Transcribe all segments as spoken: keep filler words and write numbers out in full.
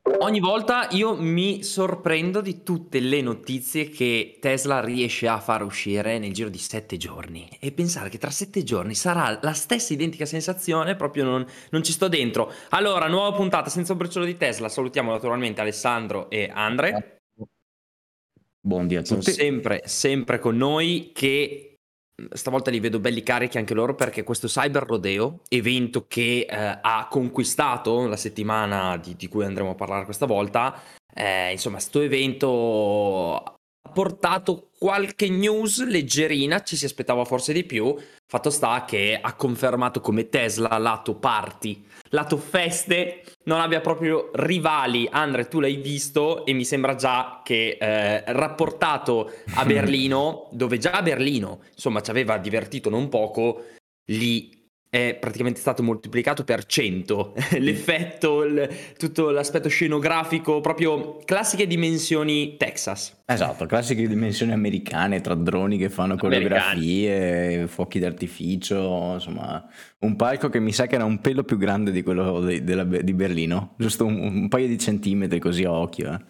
Ogni volta io mi sorprendo di tutte le notizie che Tesla riesce a far uscire nel giro di sette giorni e pensare che tra sette giorni sarà la stessa identica sensazione, proprio non non ci sto dentro. Allora, nuova puntata senza un briciolo di Tesla. Salutiamo naturalmente Alessandro e Andre. Buondì a Sono tutti. sempre, sempre con noi che mhmm, stavolta li vedo belli carichi anche loro perché questo Cyber Rodeo, evento che, ehm, ha conquistato la settimana di di cui andremo a parlare questa volta, ehm, insomma 'sto evento ha portato qualche news leggerina, ci si aspettava forse di più. Fatto sta che ha confermato come Tesla lato party, lato feste, non abbia proprio rivali. Andre, tu l'hai visto e mi sembra già che eh, rapportato a Berlino, dove già a Berlino insomma ci aveva divertito non poco, lì è praticamente stato moltiplicato per cento l'effetto, il- tutto l'aspetto scenografico, proprio classiche dimensioni Texas. Esatto, classiche dimensioni americane tra droni che fanno Americani. coreografie, fuochi d'artificio, insomma, un palco che mi sa che era un pelo più grande di quello di, della- di Berlino, giusto un, un paio di centimetri così a occhio. Eh.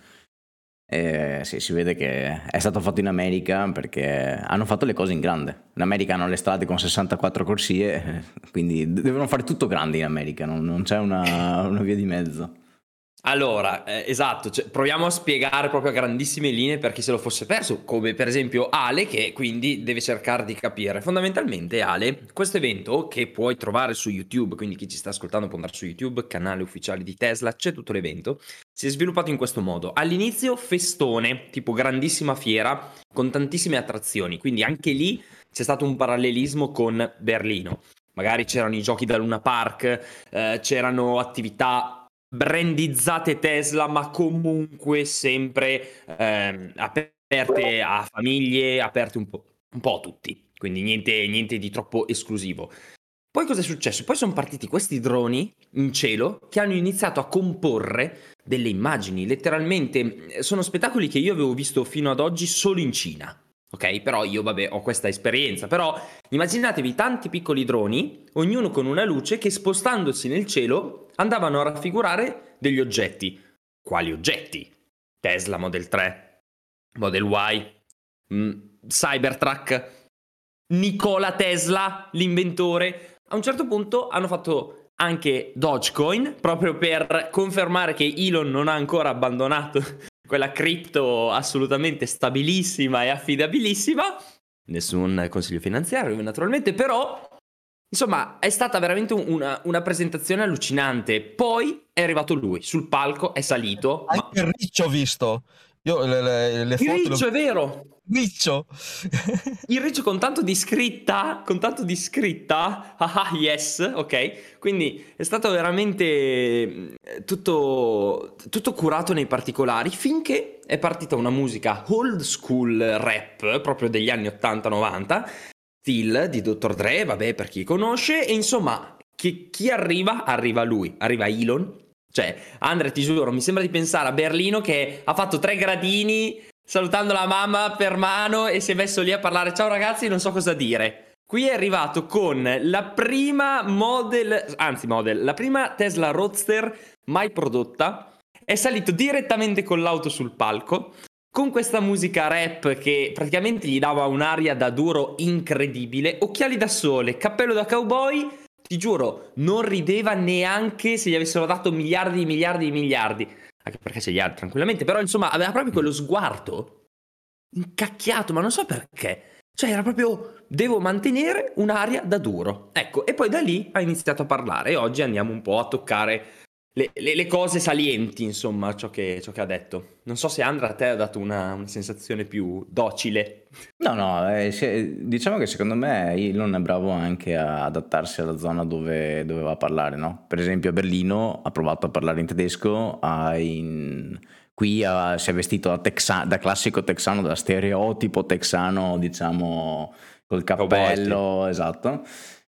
E sì, si vede che è stato fatto in America perché hanno fatto le cose in grande. In America hanno le strade con sessantaquattro corsie, eh, quindi devono fare tutto grande in America, non, non c'è una, una via di mezzo. Allora, eh, esatto, cioè, proviamo a spiegare proprio a grandissime linee per chi se lo fosse perso, come per esempio Ale, che quindi deve cercare di capire. Fondamentalmente, Ale, questo evento che puoi trovare su YouTube, quindi chi ci sta ascoltando può andare su YouTube, canale ufficiale di Tesla, c'è tutto l'evento, si è sviluppato in questo modo. All'inizio festone, tipo grandissima fiera, con tantissime attrazioni, quindi anche lì c'è stato un parallelismo con Berlino. Magari c'erano i giochi da Luna Park, eh, c'erano attività brandizzate Tesla, ma comunque sempre ehm, aperte a famiglie, aperte un po', un po' a tutti. Quindi niente, niente di troppo esclusivo. Poi cosa è successo? Poi sono partiti questi droni in cielo che hanno iniziato a comporre delle immagini. Letteralmente eh, sono spettacoli che io avevo visto fino ad oggi solo in Cina. Ok, però io vabbè ho questa esperienza. Però immaginatevi tanti piccoli droni, ognuno con una luce, che spostandosi nel cielo andavano a raffigurare degli oggetti. Quali oggetti? Tesla Model tre, Model Y, mh, Cybertruck, Nikola Tesla, l'inventore. A un certo punto hanno fatto anche Dogecoin, proprio per confermare che Elon non ha ancora abbandonato quella cripto assolutamente stabilissima e affidabilissima. Nessun consiglio finanziario, naturalmente, però insomma è stata veramente una, una presentazione allucinante. Poi è arrivato lui sul palco, è salito, ma Anche il Riccio ho visto. Io le, le, le il foto le ho riccio è vero. Riccio. Il riccio con tanto di scritta, con tanto di scritta, ah ah, yes, ok? Quindi è stato veramente mm, tutto, tutto curato nei particolari finché è partita una musica old school rap, proprio degli anni ottanta novanta, Still di dottor Dre, vabbè per chi conosce, e insomma chi, chi arriva, arriva lui, arriva Elon. Cioè, Andre, ti giuro, mi sembra di pensare a Berlino che ha fatto tre gradini salutando la mamma per mano e si è messo lì a parlare. Ciao ragazzi, non so cosa dire. Qui è arrivato con la prima model, anzi model, la prima Tesla Roadster mai prodotta. È salito direttamente con l'auto sul palco, con questa musica rap che praticamente gli dava un'aria da duro incredibile, occhiali da sole, cappello da cowboy. Ti giuro, non rideva neanche se gli avessero dato miliardi e miliardi e miliardi. Anche perché ce li ha tranquillamente, però insomma aveva proprio quello sguardo incacchiato, ma non so perché. Cioè era proprio, devo mantenere un'aria da duro. Ecco, e poi da lì ha iniziato a parlare e oggi andiamo un po' a toccare le, le- le cose salienti, insomma, ciò che, ciò che ha detto. Non so se Andra a te ha dato una, una sensazione più docile. No, no, eh, se- diciamo che secondo me Elon è bravo anche a adattarsi alla zona dove doveva parlare, no? Per esempio a Berlino ha provato a parlare in tedesco, ha in- qui ha- si è vestito da, texa- da classico texano, da stereotipo texano, diciamo, col Cowboy, sì. cappello, esatto.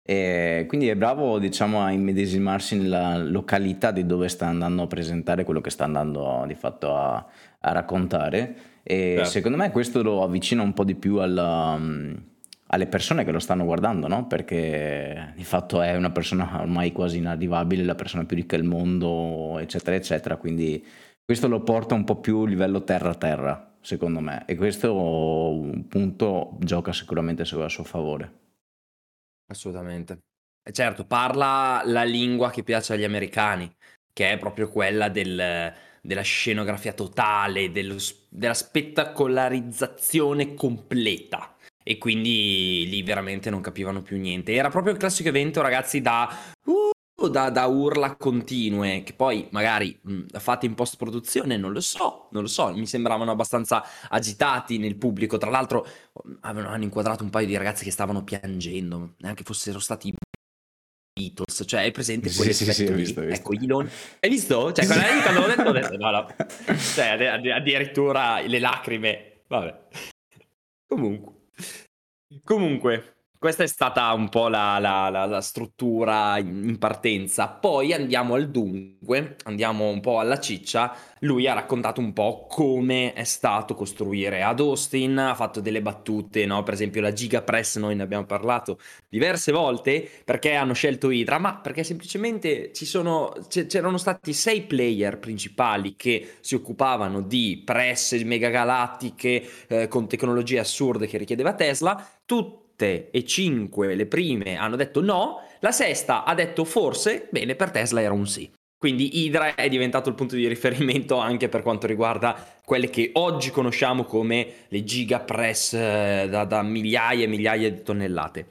E quindi è bravo, diciamo, a immedesimarsi nella località di dove sta andando a presentare quello che sta andando di fatto a a raccontare. E Certo. secondo me questo lo avvicina un po' di più alla, mm, alle persone che lo stanno guardando, no? Perché di fatto è una persona ormai quasi inarrivabile, la persona più ricca del mondo, eccetera, eccetera. Quindi questo lo porta un po' più a livello terra-terra, secondo me, e questo punto gioca sicuramente a suo favore. Assolutamente. E certo, parla la lingua che piace agli americani, che è proprio quella del della scenografia totale, dello s della spettacolarizzazione completa. E quindi lì veramente non capivano più niente. Era proprio il classico evento, ragazzi, da uh, da, da urla continue, che poi magari mh, fatti in post produzione, non lo so, non lo so, mi sembravano abbastanza agitati nel pubblico. Tra l'altro avevano, hanno inquadrato un paio di ragazzi che stavano piangendo, neanche fossero stati i Beatles, cioè hai presente Sì, quel sì, sì, effetto ho lì? visto, ho visto. Ecco, gli lon- hai visto? Cioè, quando, quando l'ho detto, ho detto, no, no. Cioè, addi- addi- addirittura le lacrime, vabbè. Comunque, comunque, questa è stata un po' la, la- la- la struttura in in partenza. Poi andiamo al dunque, andiamo un po' alla ciccia. Lui ha raccontato un po' come è stato costruire ad Austin, ha fatto delle battute, no? Per esempio la Giga Press, noi ne abbiamo parlato diverse volte, perché hanno scelto Hydra, ma perché semplicemente ci sono, c- c'erano stati sei player principali che si occupavano di press megagalattiche eh, con tecnologie assurde che richiedeva Tesla. Tutte e cinque le prime hanno detto no, la sesta ha detto forse, bene, per Tesla era un sì. Quindi Hydra è diventato il punto di riferimento anche per quanto riguarda quelle che oggi conosciamo come le gigapress eh, da, da migliaia e migliaia di tonnellate.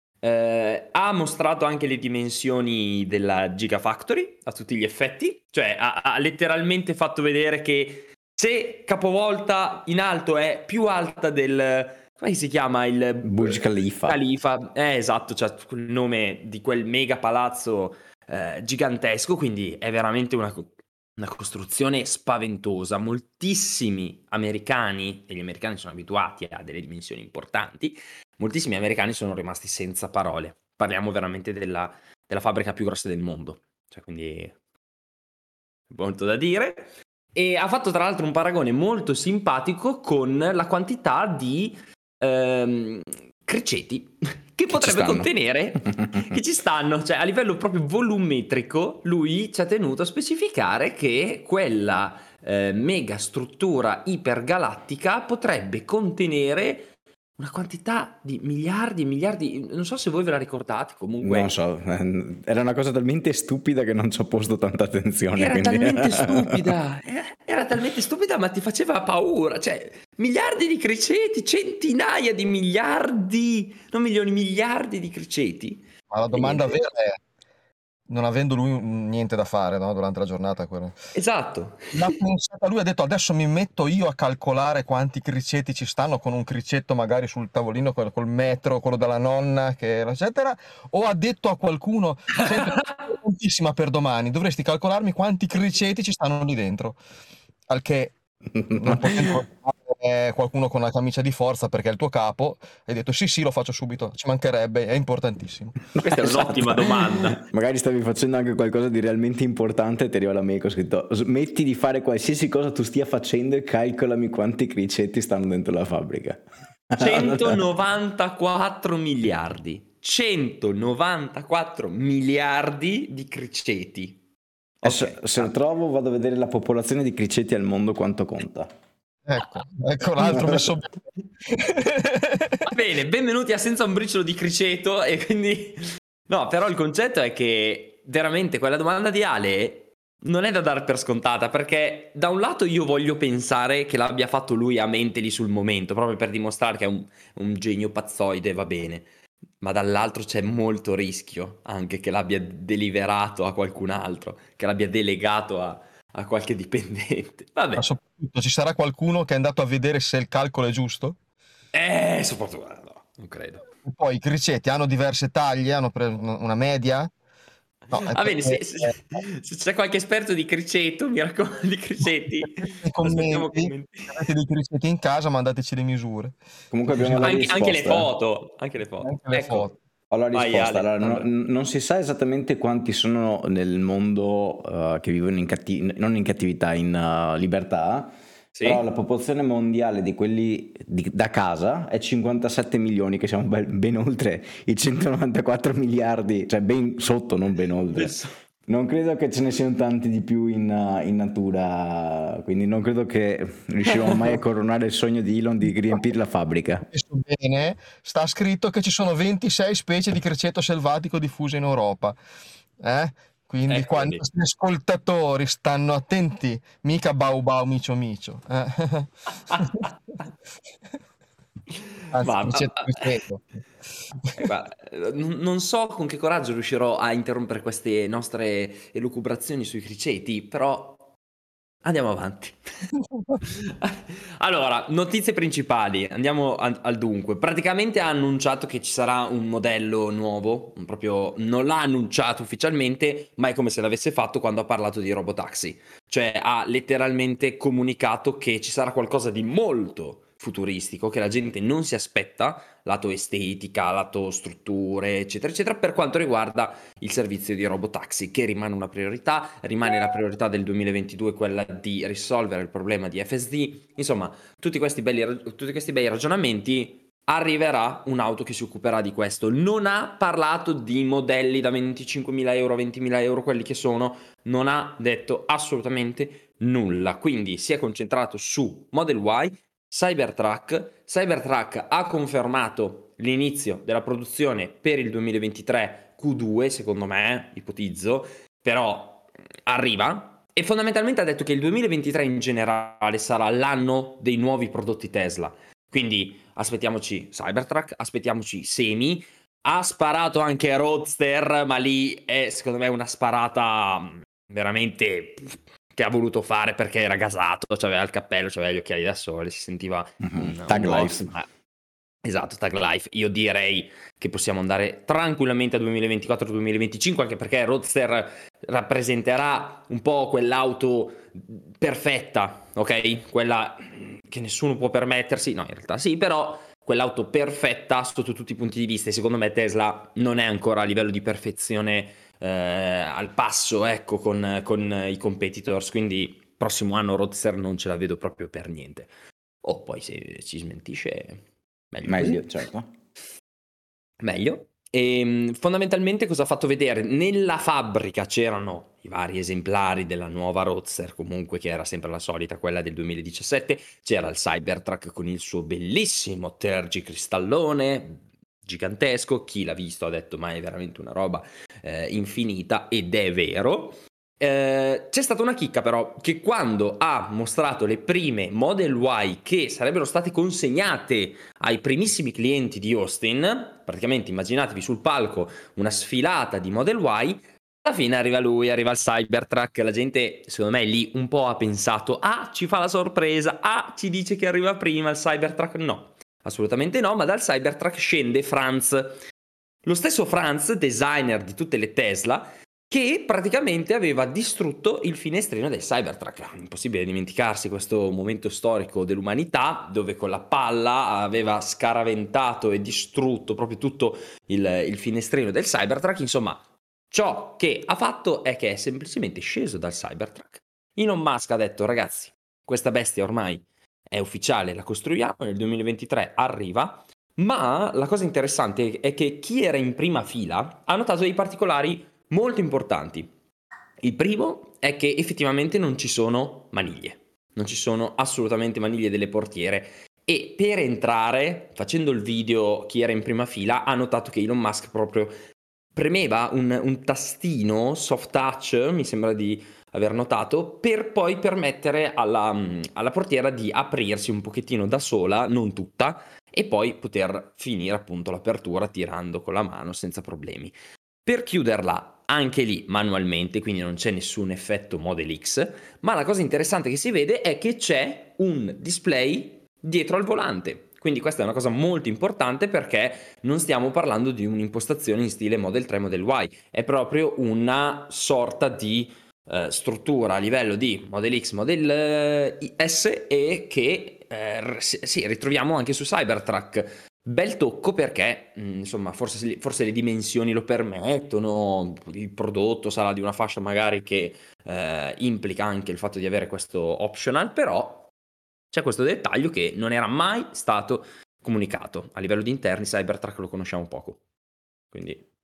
Eh, ha mostrato anche le dimensioni della Gigafactory a tutti gli effetti, cioè ha, ha letteralmente fatto vedere che se capovolta in alto è più alta del... come si chiama? Il Burj Khalifa. Khalifa, eh, esatto, cioè il nome di quel mega palazzo eh, gigantesco, quindi è veramente una, una costruzione spaventosa. Moltissimi americani, e gli americani sono abituati a delle dimensioni importanti, moltissimi americani sono rimasti senza parole. Parliamo veramente della, della fabbrica più grossa del mondo, cioè quindi molto da dire. E ha fatto tra l'altro un paragone molto simpatico con la quantità di ehm, criceti che, Che ci potrebbe stanno. contenere, che ci stanno, cioè a livello proprio volumetrico lui ci ha tenuto a specificare che quella eh, mega struttura ipergalattica potrebbe contenere una quantità di miliardi e miliardi, non so se voi ve la ricordate, comunque Non so, eh, era una cosa talmente stupida che non ci ho posto tanta attenzione. era Quindi... talmente stupida, era, era talmente stupida, ma ti faceva paura. Cioè, miliardi di criceti, centinaia di miliardi, non milioni, miliardi di criceti. Ma la E domanda niente. vera è, non avendo lui mm, niente da fare, no, durante la giornata, quello. Esatto. L'ha pensata lui, ha detto adesso mi metto io a calcolare quanti criceti ci stanno con un cricetto magari sul tavolino, col, col metro, quello della nonna, che, eccetera, o ha detto a qualcuno, senti, ho tantissima per domani, dovresti calcolarmi quanti criceti ci stanno lì dentro. Al che, non potendo fare qualcuno con una camicia di forza perché è il tuo capo, hai detto sì sì lo faccio subito, ci mancherebbe, è importantissimo. Questa è un'ottima domanda. Magari stavi facendo anche qualcosa di realmente importante e ti arriva la mail con scritto smetti di fare qualsiasi cosa tu stia facendo e calcolami quanti criceti stanno dentro la fabbrica. centonovantaquattro miliardi. centonovantaquattro miliardi di criceti. Adesso, Ok, se lo trovo vado a vedere la popolazione di criceti al mondo quanto conta. Ecco, ecco l'altro messo bene. Va bene, benvenuti a Senza un briciolo di criceto. E quindi no, però il concetto è che veramente quella domanda di Ale non è da dare per scontata, perché da un lato io voglio pensare che l'abbia fatto lui a mente lì sul momento, proprio per dimostrare che è un, un genio pazzoide, va bene, ma dall'altro c'è molto rischio anche che l'abbia deliberato a qualcun altro, che l'abbia delegato a, a qualche dipendente. Ma Vabbè, soprattutto ci sarà qualcuno che è andato a vedere se il calcolo è giusto? eh, soprattutto no, non credo. E poi i criceti hanno diverse taglie, hanno pre- una media? No, è Va bene, perché se, se- se c'è qualche esperto di criceto, mi raccomando, di criceti, nei aspettiamo commenti, commenti. se avete dei criceti in casa, mandateci le misure. Comunque Così abbiamo la Anche, anche le risposta. foto, anche le foto. anche le Ecco, foto. Ho la vai risposta. Ale, Allora, no- allora. non si sa esattamente quanti sono nel mondo eh, che vivono in cattività, non in cattività, in eh, libertà, Sì? però la popolazione mondiale di quelli di- da casa è cinquantasette milioni, che siamo ben, ben oltre i centonovantaquattro miliardi, cioè ben sotto, non ben oltre. Adesso- Non credo che ce ne siano tanti di più in, uh, in natura, quindi non credo che riusciremo mai a coronare il sogno di Elon di riempire la fabbrica. Visto bene, sta scritto che ci sono ventisei specie di criceto selvatico diffuse in Europa. Eh? Quindi qua Eccolo i lì. nostri ascoltatori stanno attenti, mica bau bau micio micio. Eh? Anzi, Ma, criceto ma- criceto. eh, guarda, eh, non non so con che coraggio riuscirò a interrompere queste nostre elucubrazioni sui criceti, però andiamo avanti. Allora, notizie principali, andiamo al, al dunque. Praticamente ha annunciato che ci sarà un modello nuovo, proprio non l'ha annunciato ufficialmente, ma è come se l'avesse fatto quando ha parlato di Robotaxi. Cioè ha letteralmente comunicato che ci sarà qualcosa di molto futuristico che la gente non si aspetta, lato estetica, lato strutture, eccetera, eccetera, per quanto riguarda il servizio di Robotaxi, che rimane una priorità, rimane la priorità del duemilaventidue quella di risolvere il problema di F S D, insomma, tutti questi, belli, tutti questi bei ragionamenti. Arriverà un'auto che si occuperà di questo. Non ha parlato di modelli da venticinquemila euro, ventimila euro, quelli che sono, non ha detto assolutamente nulla, quindi si è concentrato su Model Y, Cybertruck. Cybertruck ha confermato l'inizio della produzione per il duemilaventitré Q due, secondo me, ipotizzo, però arriva, e fondamentalmente ha detto che il duemilaventitré in generale sarà l'anno dei nuovi prodotti Tesla. Quindi aspettiamoci Cybertruck, aspettiamoci Semi. Ha sparato anche Roadster, ma lì è secondo me una sparata veramente che ha voluto fare perché era gasato, aveva il cappello, aveva gli occhiali da sole, si sentiva Mhm. un, Tag un life. boss, ma esatto, Tag Life. Io direi che possiamo andare tranquillamente a duemilaventiquattro duemilaventicinque, anche perché Roadster rappresenterà un po' quell'auto perfetta, ok? Quella che nessuno può permettersi, no, in realtà sì, però quell'auto perfetta sotto tutti i punti di vista, e secondo me Tesla non è ancora a livello di perfezione eh, al passo, ecco, con, con i competitors, quindi prossimo anno Roadster non ce la vedo proprio per niente. O poi se ci smentisce, meglio così. Meglio, certo. Meglio. E fondamentalmente cosa ha fatto vedere? Nella fabbrica c'erano i vari esemplari della nuova Roadster, comunque, che era sempre la solita, quella del duemiladiciassette. C'era il Cybertruck con il suo bellissimo tergicristallone gigantesco. Chi l'ha visto ha detto ma è veramente una roba eh, infinita, ed è vero. Eh, c'è stata una chicca però, che quando ha mostrato le prime Model Y che sarebbero state consegnate ai primissimi clienti di Austin, praticamente immaginatevi sul palco una sfilata di Model Y, alla fine arriva lui, arriva il Cybertruck, la gente secondo me lì un po' ha pensato, ah, ci fa la sorpresa, ah, ci dice che arriva prima il Cybertruck. No, assolutamente no, ma dal Cybertruck scende Franz, lo stesso Franz, designer di tutte le Tesla, che praticamente aveva distrutto il finestrino del Cybertruck. Impossibile dimenticarsi questo momento storico dell'umanità, dove con la palla aveva scaraventato e distrutto proprio tutto il, il finestrino del Cybertruck. Insomma, ciò che ha fatto è che è semplicemente sceso dal Cybertruck. Elon Musk ha detto, ragazzi, questa bestia ormai è ufficiale, la costruiamo, nel duemilaventitré arriva. Ma la cosa interessante è che chi era in prima fila ha notato dei particolari molto importanti. Il primo è che effettivamente non ci sono maniglie, non ci sono assolutamente maniglie delle portiere, e per entrare, facendo il video, chi era in prima fila ha notato che Elon Musk proprio premeva un, un tastino soft touch, mi sembra di aver notato, per poi permettere alla, alla portiera di aprirsi un pochettino da sola, non tutta, e poi poter finire appunto l'apertura tirando con la mano senza problemi. Per chiuderla anche lì manualmente, quindi non c'è nessun effetto Model X, ma la cosa interessante che si vede è che c'è un display dietro al volante. Quindi questa è una cosa molto importante, perché non stiamo parlando di un'impostazione in stile Model tre, Model Y, è proprio una sorta di eh, struttura a livello di Model X, Model eh, S, e che eh, sì, ritroviamo anche su Cybertruck. Bel tocco, perché mh, insomma forse, forse le dimensioni lo permettono, il prodotto sarà di una fascia magari che eh, implica anche il fatto di avere questo optional, però c'è questo dettaglio che non era mai stato comunicato. A livello di interni Cybertruck lo conosciamo poco, quindi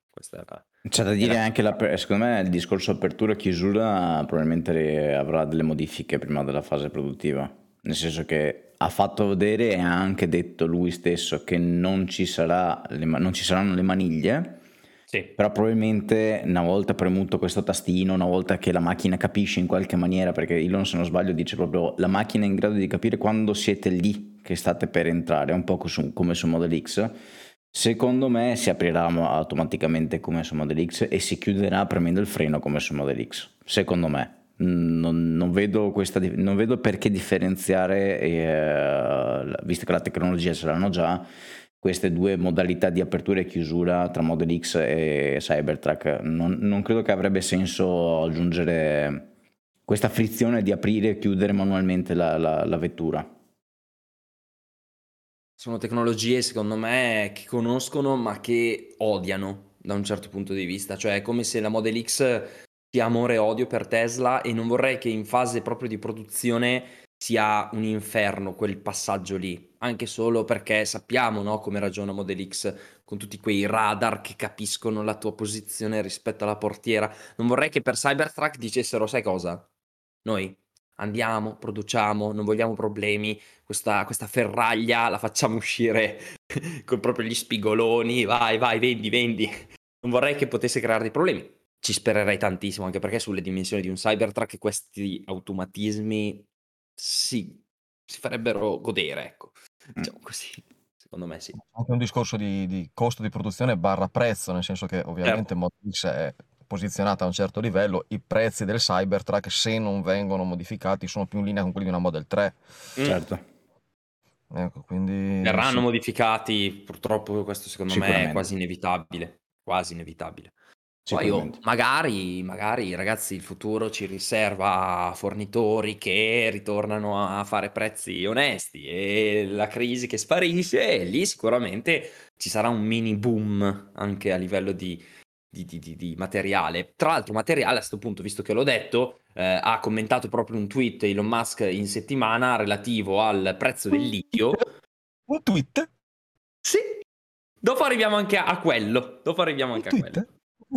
Questa era, C'è da dire era... anche, la, secondo me, il discorso apertura e chiusura probabilmente avrà delle modifiche prima della fase produttiva, nel senso che ha fatto vedere e ha anche detto lui stesso che non ci, sarà le, non ci saranno le maniglie, Sì. però probabilmente una volta premuto questo tastino, una volta che la macchina capisce in qualche maniera, perché Elon, se non sbaglio, dice proprio la macchina è in grado di capire quando siete lì che state per entrare, un po' come su Model X. Secondo me si aprirà automaticamente come su Model X e si chiuderà premendo il freno come su Model X. Secondo me. Non, non, vedo, questa, non vedo perché differenziare, eh, visto che la tecnologia ce l'hanno già, queste due modalità di apertura e chiusura tra Model X e Cybertruck. Non, non credo che avrebbe senso aggiungere questa frizione di aprire e chiudere manualmente la, la, la vettura. Sono tecnologie, secondo me, che conoscono ma che odiano da un certo punto di vista. Cioè è come se la Model X sia amore e odio per Tesla, e non vorrei che in fase proprio di produzione sia un inferno quel passaggio lì. Anche solo perché sappiamo, no, come ragiona Model X, con tutti quei radar che capiscono la tua posizione rispetto alla portiera. Non vorrei che per Cybertruck dicessero, sai cosa? Noi andiamo, produciamo, non vogliamo problemi, questa, questa ferraglia la facciamo uscire con proprio gli spigoloni, vai, vai, vendi, vendi. Non vorrei che potesse creare dei problemi. Ci spererei tantissimo, anche perché sulle dimensioni di un Cybertruck questi automatismi si, si farebbero godere, ecco. Diciamo così, secondo me sì. Anche un discorso di, di costo di produzione barra prezzo, nel senso che ovviamente Certo. Model X è posizionata a un certo livello, i prezzi del Cybertruck, se non vengono modificati, sono più in linea con quelli di una Model tre. Mm. Certo. Ecco, quindi Verranno sì. modificati, purtroppo questo secondo me è Sicuramente. quasi inevitabile, quasi inevitabile. Poi oh, Sicuramente. magari, magari ragazzi, il futuro ci riserva fornitori che ritornano a fare prezzi onesti e la crisi che sparisce, e lì sicuramente ci sarà un mini boom anche a livello di, di, di- di- di materiale. Tra l'altro materiale, a questo punto, visto che l'ho detto, eh, ha commentato proprio un tweet Elon Musk in settimana relativo al prezzo del litio. Un tweet? Sì, dopo arriviamo anche a, a quello. Dopo arriviamo Un anche a quello. tweet?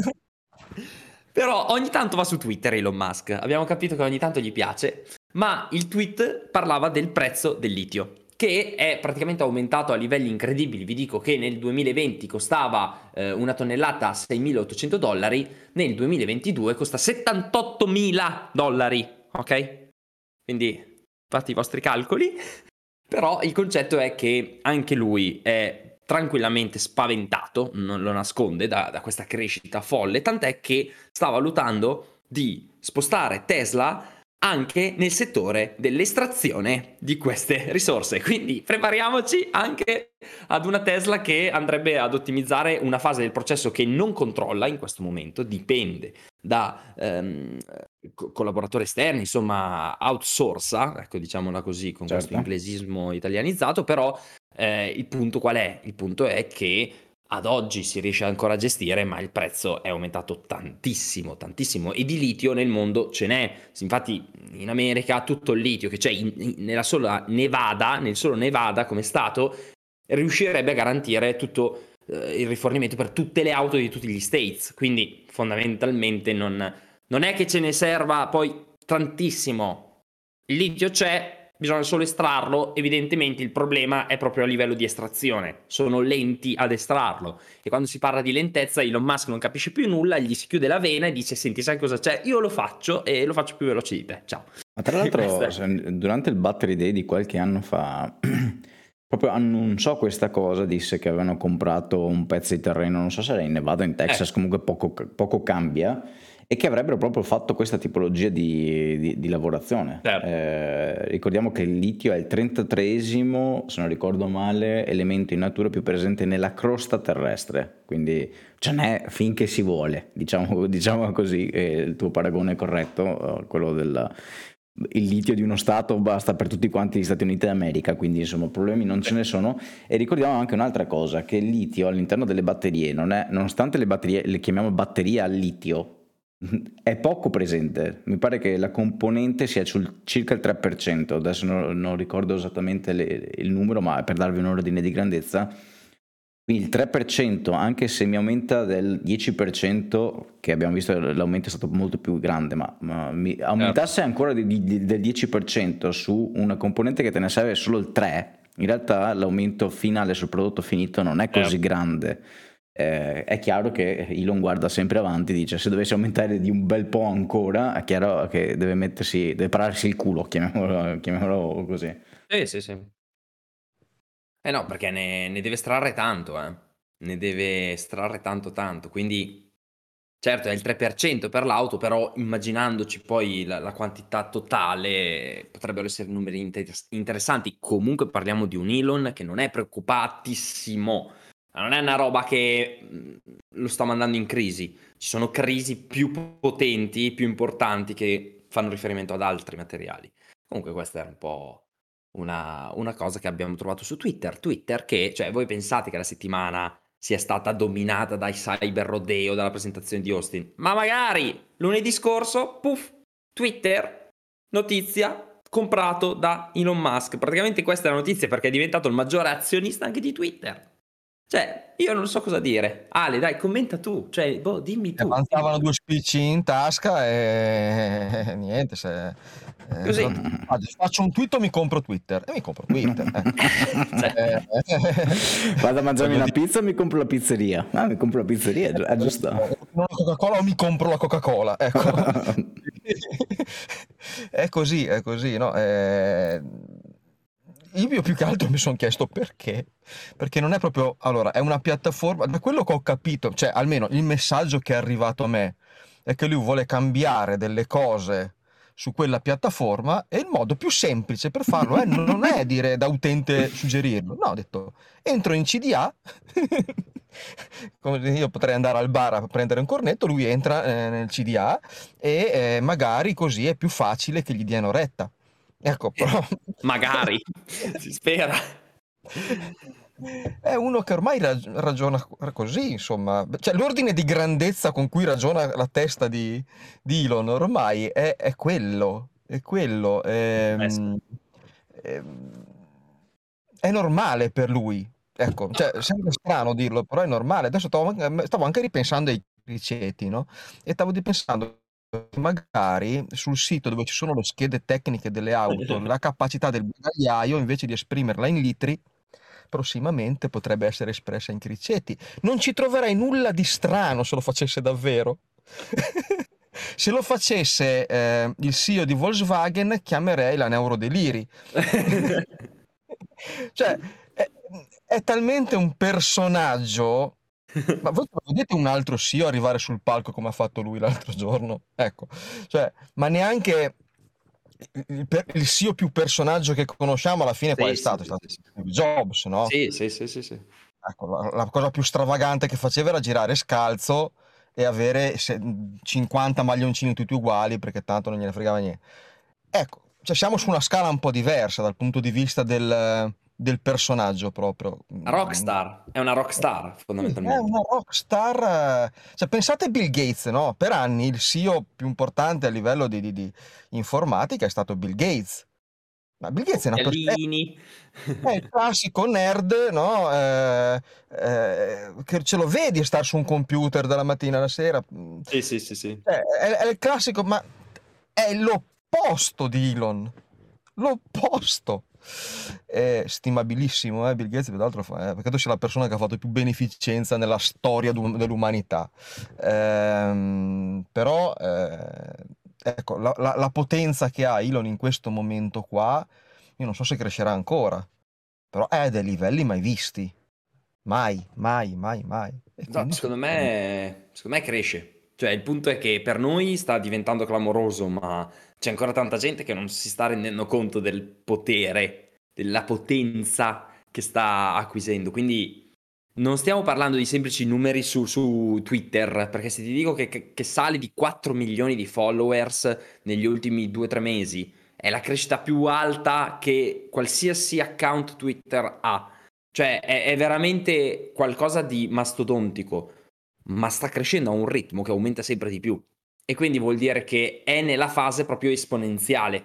Però ogni tanto va su Twitter Elon Musk. Abbiamo capito che ogni tanto gli piace. Ma il tweet parlava del prezzo del litio, che è praticamente aumentato a livelli incredibili. Vi dico che nel duemilaventi costava eh, una tonnellata a seimilaottocento dollari, nel duemilaventidue costa settantottomila dollari, ok? Quindi fate i vostri calcoli. Però il concetto è che anche lui è tranquillamente spaventato, non lo nasconde, da, da questa crescita folle, tant'è che sta valutando di spostare Tesla anche nel settore dell'estrazione di queste risorse. Quindi prepariamoci anche ad una Tesla che andrebbe ad ottimizzare una fase del processo che non controlla in questo momento, dipende da ehm, co- collaboratori esterni, insomma outsourca, ecco, diciamola così, con questo Certo. inglesismo italianizzato. Però eh, il punto qual è? Il punto è che ad oggi si riesce ancora a gestire, ma il prezzo è aumentato tantissimo, tantissimo, e di litio nel mondo ce n'è. Infatti in America tutto il litio che c'è in, in- nella sola Nevada, nel solo Nevada come stato, riuscirebbe a garantire tutto eh, il rifornimento per tutte le auto di tutti gli States. Quindi fondamentalmente non, non è che ce ne serva poi tantissimo. Il litio c'è, bisogna solo estrarlo. Evidentemente il problema è proprio a livello di estrazione, sono lenti ad estrarlo, e quando si parla di lentezza Elon Musk non capisce più nulla, gli si chiude la vena e dice: senti, sai cosa c'è? Io lo faccio e lo faccio più veloce di te, ciao. Ma tra l'altro, durante il Battery Day di qualche anno fa, proprio annunciò questa cosa, disse che avevano comprato un pezzo di terreno, non so se era in Nevada o in Texas, Eh. comunque poco, poco cambia, e che avrebbero proprio fatto questa tipologia di, di, di lavorazione. Certo. Eh, ricordiamo che il litio è il trentatreesimo, se non ricordo male, elemento in natura più presente nella crosta terrestre, quindi ce n'è finché si vuole, diciamo, diciamo così. E il tuo paragone è corretto, quello del... il litio di uno stato basta per tutti quanti gli Stati Uniti d'America, quindi insomma problemi non ce ne sono. E ricordiamo anche un'altra cosa, che il litio all'interno delle batterie non è, nonostante le batterie le chiamiamo batterie al litio, è poco presente. Mi pare che la componente sia sul circa il tre per cento, adesso non, non ricordo esattamente le, il numero, ma per darvi un ordine di grandezza, Quindi il tre per cento, anche se mi aumenta del dieci per cento, che abbiamo visto l'aumento è stato molto più grande, ma, ma mi aumentasse ancora di, di, del dieci per cento su una componente che te ne serve solo il tre per cento, in realtà l'aumento finale sul prodotto finito non è così Eh. grande. Eh, è chiaro che Elon guarda sempre avanti, dice se dovesse aumentare di un bel po' ancora, è chiaro che deve mettersi, deve pararsi il culo, chiamiamolo, chiamiamolo così. Sì, sì, sì. Eh no, perché ne, ne deve estrarre tanto, eh. Ne deve estrarre tanto tanto, quindi certo è il tre per cento per l'auto, però immaginandoci poi la, la quantità totale potrebbero essere numeri inter- interessanti. Comunque parliamo di un Elon che non è preoccupatissimo, non è una roba che mh, lo sta mandando in crisi. Ci sono crisi più potenti, più importanti che fanno riferimento ad altri materiali. Comunque questa era un po' una, una cosa che abbiamo trovato su Twitter. Twitter che, cioè voi pensate che la settimana sia stata dominata dai cyber rodeo, dalla presentazione di Austin, ma magari lunedì scorso, puff, Twitter, notizia, comprato da Elon Musk. Praticamente questa è la notizia perché è diventato il maggiore azionista anche di Twitter. Cioè, io non so cosa dire. Ale, dai, commenta tu. Cioè, boh, dimmi tu. Avanzavano due spicci in tasca e niente, se... eh, Così. cosa- ah, faccio un tweet o mi compro Twitter? E mi compro Twitter. eh. Cioè, Eh, Vado a mangiarmi voglio una dire- pizza o mi compro la pizzeria? Ah, mi compro la pizzeria, è gi- è giusto. Una Coca-Cola o mi compro la Coca-Cola? Ecco. È così, è così, no? Eh, Io più che altro mi sono chiesto perché. Perché non è proprio... Allora, è una piattaforma... Da quello che ho capito, cioè almeno il messaggio che è arrivato a me, è che lui vuole cambiare delle cose su quella piattaforma e il modo più semplice per farlo è, non è dire da utente suggerirlo. No, ho detto, entro in C D A, come io potrei andare al bar a prendere un cornetto, lui entra eh, nel C D A e eh, magari così è più facile che gli diano retta. Ecco, però... magari, si spera. È uno che ormai rag- ragiona così, insomma. Cioè, l'ordine di grandezza con cui ragiona la testa di, di Elon ormai è, è quello. È quello. Eh sì. ehm, ehm, è normale per lui. Ecco, cioè, sembra strano dirlo, però è normale. Adesso stavo, anche- stavo anche ripensando ai criceti, no? E stavo ripensando magari sul sito dove ci sono le schede tecniche delle auto, la capacità del bagagliaio invece di esprimerla in litri, prossimamente potrebbe essere espressa in criceti. Non ci troverei nulla di strano se lo facesse davvero. Se lo facesse eh, il C E O di Volkswagen, chiamerei la neurodeliri. Cioè, è, è talmente un personaggio. Ma voi vedete un altro C E O arrivare sul palco come ha fatto lui l'altro giorno? Ecco, cioè, ma neanche il, per- il C E O più personaggio che conosciamo alla fine qual è Sì, sì, stato? È sì, stato sì, sì. Steve Jobs, no? Sì, sì, sì, sì, sì. Ecco, la, la cosa più stravagante che faceva era girare scalzo e avere se- cinquanta maglioncini tutti uguali perché tanto non gliene fregava niente. Ecco, cioè siamo su una scala un po' diversa dal punto di vista del, del personaggio proprio. Rockstar, è una rockstar Sì, è fondamentalmente. una rockstar. eh, Cioè, pensate a Bill Gates, no? Per anni il C E O più importante a livello di, di- di informatica è stato Bill Gates. Ma Bill Gates è una persona. Occhialini. È il classico nerd, no? Eh, eh, che ce lo vedi stare su un computer dalla mattina alla sera. Mm, Sì, sì, sì, sì. È, è- è il classico, ma è l'opposto di Elon. L'opposto. È stimabilissimo, eh, Bill Gates, peraltro, fa- eh, perché tu sei la persona che ha fatto più beneficenza nella storia du- dell'umanità. Ehm, però, eh, ecco, la, la- la potenza che ha Elon in questo momento qua, io non so se crescerà ancora, però è a dei livelli mai visti. Mai, mai, mai, mai. E No, quindi secondo secondo me... me, secondo me cresce. Cioè, il punto è che per noi sta diventando clamoroso, ma c'è ancora tanta gente che non si sta rendendo conto del potere, della potenza che sta acquisendo. Quindi non stiamo parlando di semplici numeri su, su Twitter, perché se ti dico che, che, che sale di quattro milioni di followers negli ultimi due tre mesi, è la crescita più alta che qualsiasi account Twitter ha. Cioè, è, è veramente qualcosa di mastodontico, ma sta crescendo a un ritmo che aumenta sempre di più. E quindi vuol dire che è nella fase proprio esponenziale.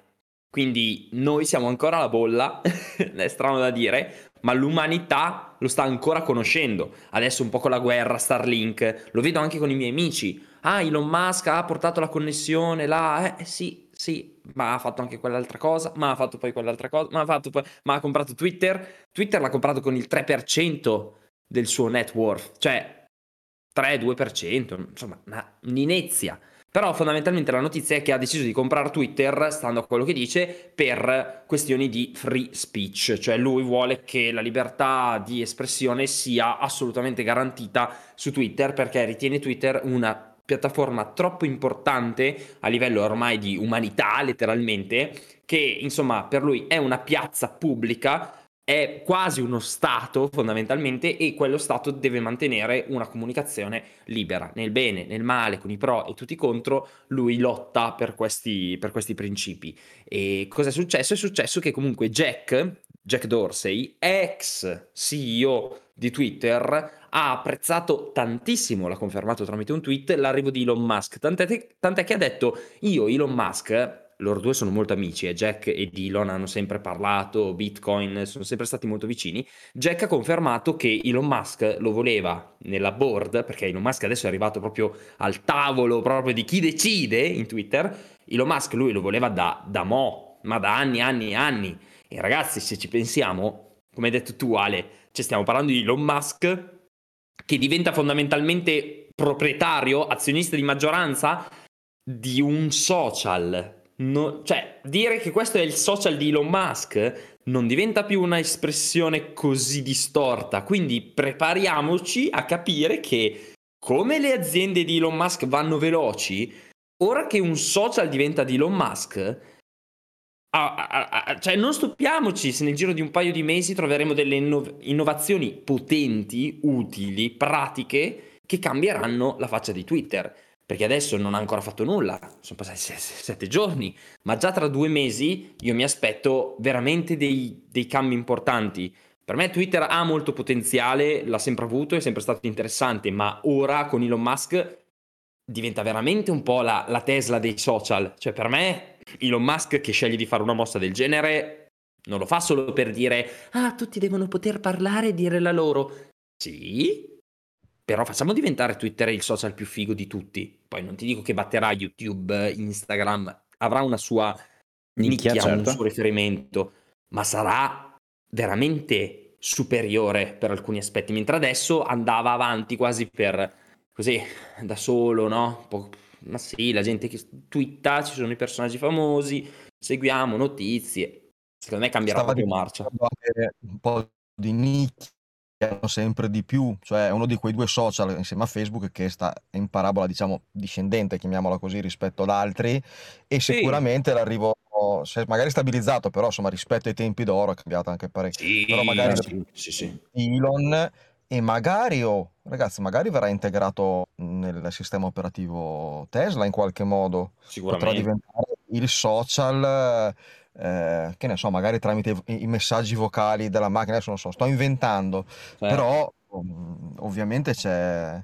Quindi noi siamo ancora alla bolla, è strano da dire, ma l'umanità lo sta ancora conoscendo. Adesso un po' con la guerra, Starlink, lo vedo anche con i miei amici. Ah, Elon Musk ha portato la connessione là, eh, eh, sì, sì, ma ha fatto anche quell'altra cosa, ma ha fatto poi quell'altra cosa, ma ha fatto poi, ma ha comprato Twitter. Twitter l'ha comprato con il tre per cento del suo net worth, cioè tre due per cento, insomma, una un'inezia. Però fondamentalmente la notizia è che ha deciso di comprare Twitter, stando a quello che dice, per questioni di free speech, cioè lui vuole che la libertà di espressione sia assolutamente garantita su Twitter, perché ritiene Twitter una piattaforma troppo importante a livello ormai di umanità, letteralmente, che insomma per lui è una piazza pubblica, è quasi uno Stato fondamentalmente, e quello Stato deve mantenere una comunicazione libera, nel bene, nel male, con i pro e tutti i contro. Lui lotta per questi, per questi principi. E cosa è successo? È successo che comunque Jack, Jack Dorsey, ex C E O di Twitter, ha apprezzato tantissimo, l'ha confermato tramite un tweet, l'arrivo di Elon Musk, tant'è, tant'è che ha detto: io Elon Musk, loro due sono molto amici, e Jack ed Elon hanno sempre parlato, Bitcoin, sono sempre stati molto vicini. Jack ha confermato che Elon Musk lo voleva nella board, perché Elon Musk adesso è arrivato proprio al tavolo proprio di chi decide in Twitter. Elon Musk lui lo voleva da, da mo', ma da anni, anni e anni. E ragazzi, se ci pensiamo, come hai detto tu Ale, cioè stiamo parlando di Elon Musk che diventa fondamentalmente proprietario, azionista di maggioranza di un social. No, cioè, dire che questo è il social di Elon Musk non diventa più una espressione così distorta. Quindi prepariamoci a capire che, come le aziende di Elon Musk vanno veloci, ora che un social diventa di Elon Musk, ah, ah, ah, cioè non stupiamoci se nel giro di un paio di mesi troveremo delle inno- innovazioni potenti, utili, pratiche, che cambieranno la faccia di Twitter. Perché adesso non ha ancora fatto nulla, sono passati se- se- sette giorni, ma già tra due mesi io mi aspetto veramente dei, dei cambi importanti. Per me Twitter ha molto potenziale, l'ha sempre avuto, è sempre stato interessante, ma ora con Elon Musk diventa veramente un po' la, la Tesla dei social. Cioè per me Elon Musk che sceglie di fare una mossa del genere non lo fa solo per dire: ah, tutti devono poter parlare e dire la loro. Sì, però facciamo diventare Twitter il social più figo di tutti. Poi non ti dico che batterà YouTube, Instagram, avrà una sua Nicchia, nicchia, un suo certo. riferimento, ma sarà veramente superiore per alcuni aspetti, mentre adesso andava avanti quasi per così, da solo, no? Un po', ma sì, la gente che twitta, ci sono i personaggi famosi, seguiamo notizie. Secondo me cambierà Stava proprio marcia. diventando anche un po' di nicchia sempre di più, cioè è uno di quei due social insieme a Facebook che sta in parabola, diciamo, discendente, chiamiamola così, rispetto ad altri, e Sì, sicuramente l'arrivo, si è magari stabilizzato, però insomma rispetto ai tempi d'oro è cambiato anche parecchio, però sì, magari Certo. sì, sì, sì, di Elon, e magari, oh, ragazzi, magari verrà integrato nel sistema operativo Tesla in qualche modo, potrà sicuramente. diventare il social, eh, che ne so, magari tramite i, i messaggi vocali della macchina, adesso non so, sto inventando, Certo. però um, ovviamente c'è,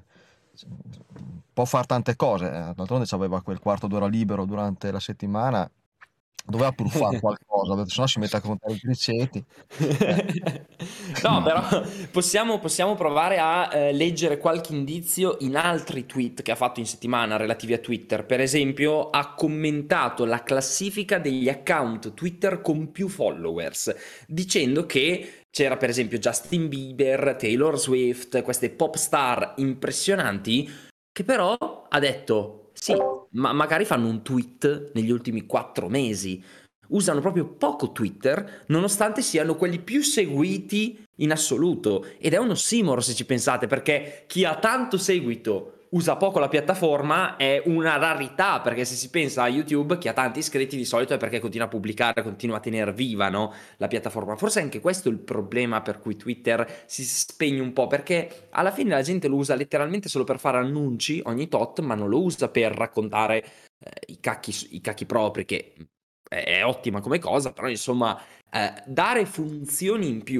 può fare tante cose, eh, d'altronde aveva quel quarto d'ora libero durante la settimana, doveva pur fare qualcosa, perché sennò si mette a contare i criceti. Eh. No, però possiamo, possiamo provare a eh, leggere qualche indizio in altri tweet che ha fatto in settimana relativi a Twitter. Per esempio, ha commentato la classifica degli account Twitter con più followers, dicendo che c'era per esempio Justin Bieber, Taylor Swift, queste pop star impressionanti, che però ha detto sì, ma magari fanno un tweet negli ultimi quattro mesi. Usano proprio poco Twitter, nonostante siano quelli più seguiti in assoluto. Ed è un ossimoro se ci pensate, perché chi ha tanto seguito usa poco la piattaforma è una rarità, perché se si pensa a YouTube, chi ha tanti iscritti di solito è perché continua a pubblicare, continua a tenere viva, no, la piattaforma. Forse anche questo è il problema per cui Twitter si spegne un po', perché alla fine la gente lo usa letteralmente solo per fare annunci ogni tot, ma non lo usa per raccontare eh, i cacchi, i cacchi propri, che è ottima come cosa, però insomma eh, dare funzioni in più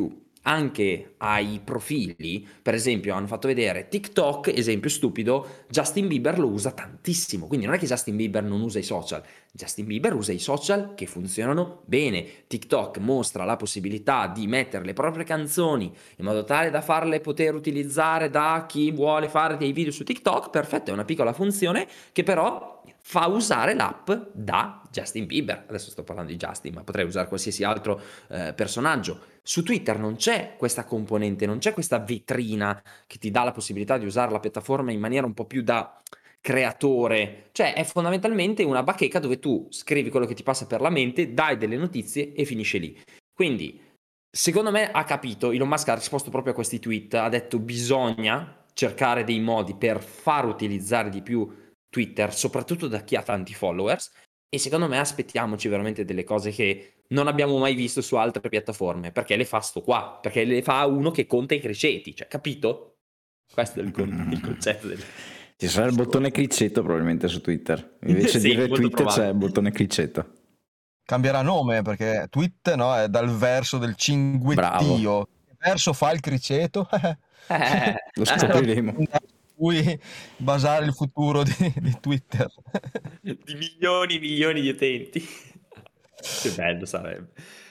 anche ai profili. Per esempio hanno fatto vedere TikTok, esempio stupido, Justin Bieber lo usa tantissimo, quindi non è che Justin Bieber non usa i social, Justin Bieber usa i social che funzionano bene. TikTok mostra la possibilità di mettere le proprie canzoni in modo tale da farle poter utilizzare da chi vuole fare dei video su TikTok. Perfetto, è una piccola funzione che però fa usare l'app da Justin Bieber. Adesso sto parlando di Justin, ma potrei usare qualsiasi altro eh, personaggio. Su Twitter non c'è questa componente, non c'è questa vetrina che ti dà la possibilità di usare la piattaforma in maniera un po' più da creatore, cioè è fondamentalmente una bacheca dove tu scrivi quello che ti passa per la mente, dai delle notizie e finisce lì. Quindi secondo me ha capito, Elon Musk ha risposto proprio a questi tweet, ha detto bisogna cercare dei modi per far utilizzare di più Twitter, soprattutto da chi ha tanti followers, e secondo me aspettiamoci veramente delle cose che non abbiamo mai visto su altre piattaforme, perché le fa sto qua, perché le fa uno che conta i criceti, cioè capito? Questo è il, con- il concetto del... Ci sarà il bottone criceto probabilmente su Twitter, invece Sì, di molto retweet c'è probabile. il bottone criceto. Cambierà nome perché tweet, no, è dal verso del cinguettio. Che verso fa il criceto? Eh, Lo scopriremo. Su cui basare il futuro di, di Twitter. di milioni e milioni di utenti. Che bello sarebbe.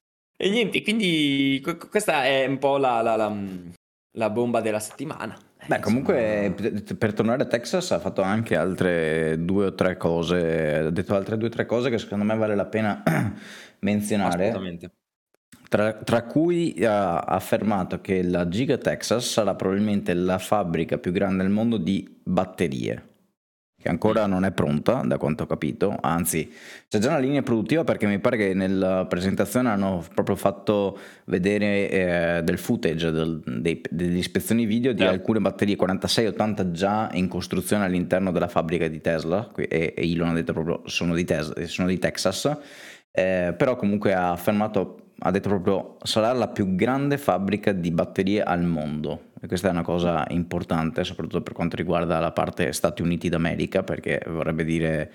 E niente, quindi que- questa è un po' la, la- la- la bomba della settimana. Beh, Eh, comunque insomma, per- per tornare a Texas ha fatto anche altre due o tre cose, ha detto altre due o tre cose che secondo me vale la pena menzionare, assolutamente. tra, tra cui ha affermato che la Giga Texas sarà probabilmente la fabbrica più grande al mondo di batterie, che ancora non è pronta, da quanto ho capito, anzi c'è già una linea produttiva, perché mi pare che nella presentazione hanno proprio fatto vedere eh, del footage, del- dei- delle ispezioni video di Certo. alcune batterie quarantasei ottanta già in costruzione all'interno della fabbrica di Tesla, qui- e, e Elon ha detto proprio sono di, Tesla, sono di Texas, eh, però comunque ha affermato, ha detto proprio sarà la più grande fabbrica di batterie al mondo, e questa è una cosa importante soprattutto per quanto riguarda la parte Stati Uniti d'America, perché vorrebbe dire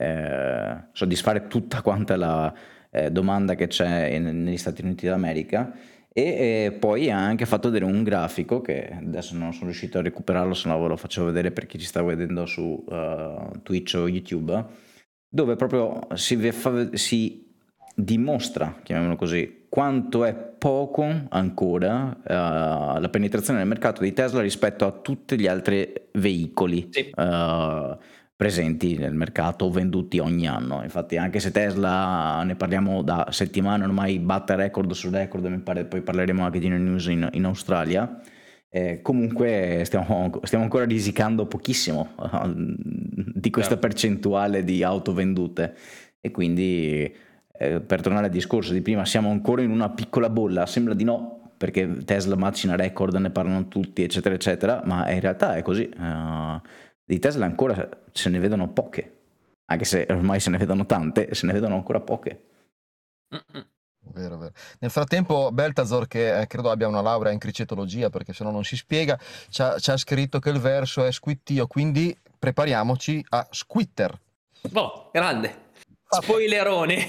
eh, soddisfare tutta quanta la eh, domanda che c'è in- negli Stati Uniti d'America. E eh, poi ha anche fatto vedere un grafico che adesso non sono riuscito a recuperarlo, se no ve lo faccio vedere per chi ci sta vedendo su eh, Twitch o YouTube, dove proprio si, ve- fa- si dimostra, chiamiamolo così, quanto è poco ancora eh, la penetrazione nel mercato di Tesla rispetto a tutti gli altri veicoli Sì. eh, presenti nel mercato o venduti ogni anno. Infatti anche se Tesla, ne parliamo da settimane ormai, batte record su record, mi pare, poi parleremo anche di una news in, in Australia, eh, comunque stiamo, stiamo ancora risicando pochissimo eh, di questa Certo. percentuale di auto vendute, e quindi eh, per tornare al discorso di prima, siamo ancora in una piccola bolla, sembra di no perché Tesla macina record, ne parlano tutti eccetera eccetera, ma in realtà è così. Uh, di Tesla ancora se ne vedono poche, anche se ormai se ne vedono tante, se ne vedono ancora poche. Mm-mm. Vero, vero. Nel frattempo Beltazor, che eh, credo abbia una laurea in cricetologia perché se no non si spiega, ci ha, ci ha scritto che il verso è squittio, quindi prepariamoci a squitter. Boh, grande. Spoilerone.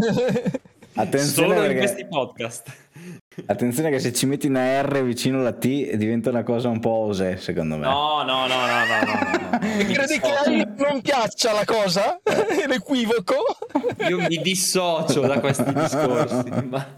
Attenzione Solo in perché- questi podcast. Attenzione che se ci metti una R vicino alla T diventa una cosa un po' osè, secondo me. No, no, no, no, no, no, no, no. E Mi credi che a dissocio. lui non piaccia la cosa? L'equivoco? Io mi dissocio da questi discorsi. Ma...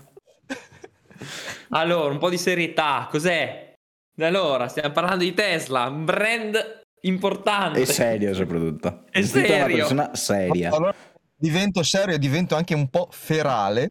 Allora, un po' di serietà. Cos'è? Allora, stiamo parlando di Tesla, un brand importante. E serio soprattutto. È Gestita da una serio. persona seria. Allora divento serio e divento anche un po' ferale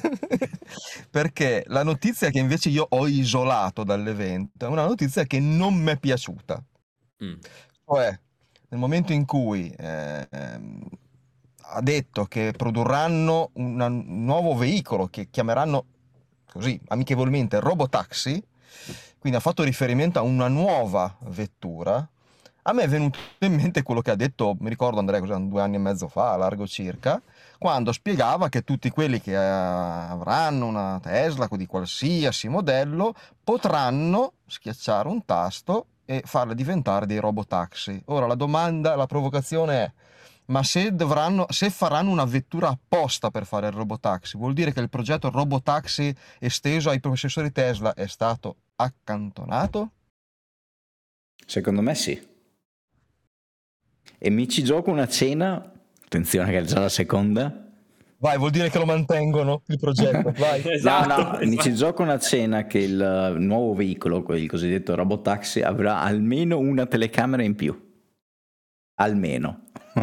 perché la notizia che invece io ho isolato dall'evento è una notizia che non mi è piaciuta. Mm. Cioè, nel momento in cui eh, ehm, ha detto che produrranno una- un nuovo veicolo che chiameranno così amichevolmente Robotaxi, quindi ha fatto riferimento a una nuova vettura, a me è venuto in mente quello che ha detto, mi ricordo Andrea, cos'è, due anni e mezzo fa, a largo circa, quando spiegava che tutti quelli che eh, avranno una Tesla di qualsiasi modello potranno schiacciare un tasto e farle diventare dei robotaxi. Ora la domanda, la provocazione è: Ma se dovranno, se faranno una vettura apposta per fare il robotaxi, vuol dire che il progetto robotaxi esteso ai processori Tesla è stato accantonato? Secondo me sì. E mi ci gioco una cena, attenzione che è già la seconda. Vai, vuol dire che lo mantengono il progetto, vai. Esatto, No, no, mi ci esatto. gioco una cena che il nuovo veicolo, il cosiddetto robotaxi, avrà almeno una telecamera in più. Almeno.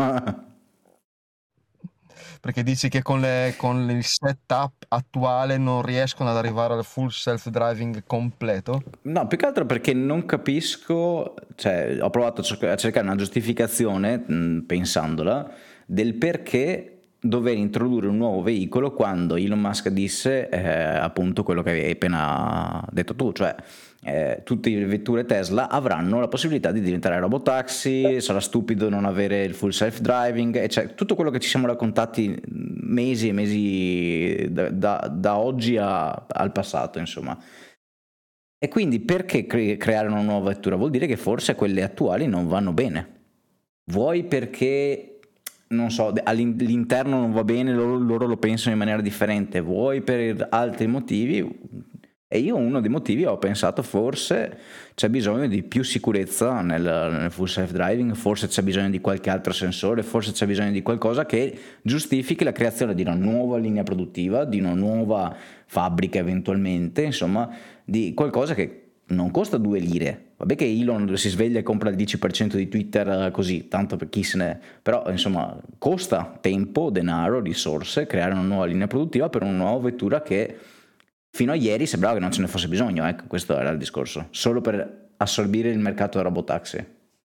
Perché dici che con, le- con il setup attuale non riescono ad arrivare al full self-driving completo? No, più che altro perché non capisco, cioè ho provato a cerc- a cercare una giustificazione, mh, pensandola, del perché dover introdurre un nuovo veicolo quando Elon Musk disse eh, appunto quello che hai appena detto tu, cioè eh, tutte le vetture Tesla avranno la possibilità di diventare robotaxi, sarà stupido non avere il full self-driving, e cioè tutto quello che ci siamo raccontati mesi e mesi da, da- da oggi a- al passato, insomma. E quindi perché cre- creare una nuova vettura? Vuol dire che forse quelle attuali non vanno bene. Vuoi perché, non so, all'interno non va bene, loro, loro lo pensano in maniera differente, vuoi per altri motivi. E io uno dei motivi ho pensato forse c'è bisogno di più sicurezza nel, nel full self driving, forse c'è bisogno di qualche altro sensore, forse c'è bisogno di qualcosa che giustifichi la creazione di una nuova linea produttiva, di una nuova fabbrica eventualmente, insomma, di qualcosa che non costa due lire. Vabbè che Elon si sveglia e compra il dieci per cento di Twitter così, tanto per chi se ne... Però insomma costa tempo, denaro, risorse, creare una nuova linea produttiva per una nuova vettura che fino a ieri sembrava che non ce ne fosse bisogno, ecco, questo era il discorso. Solo per assorbire il mercato del robotaxi.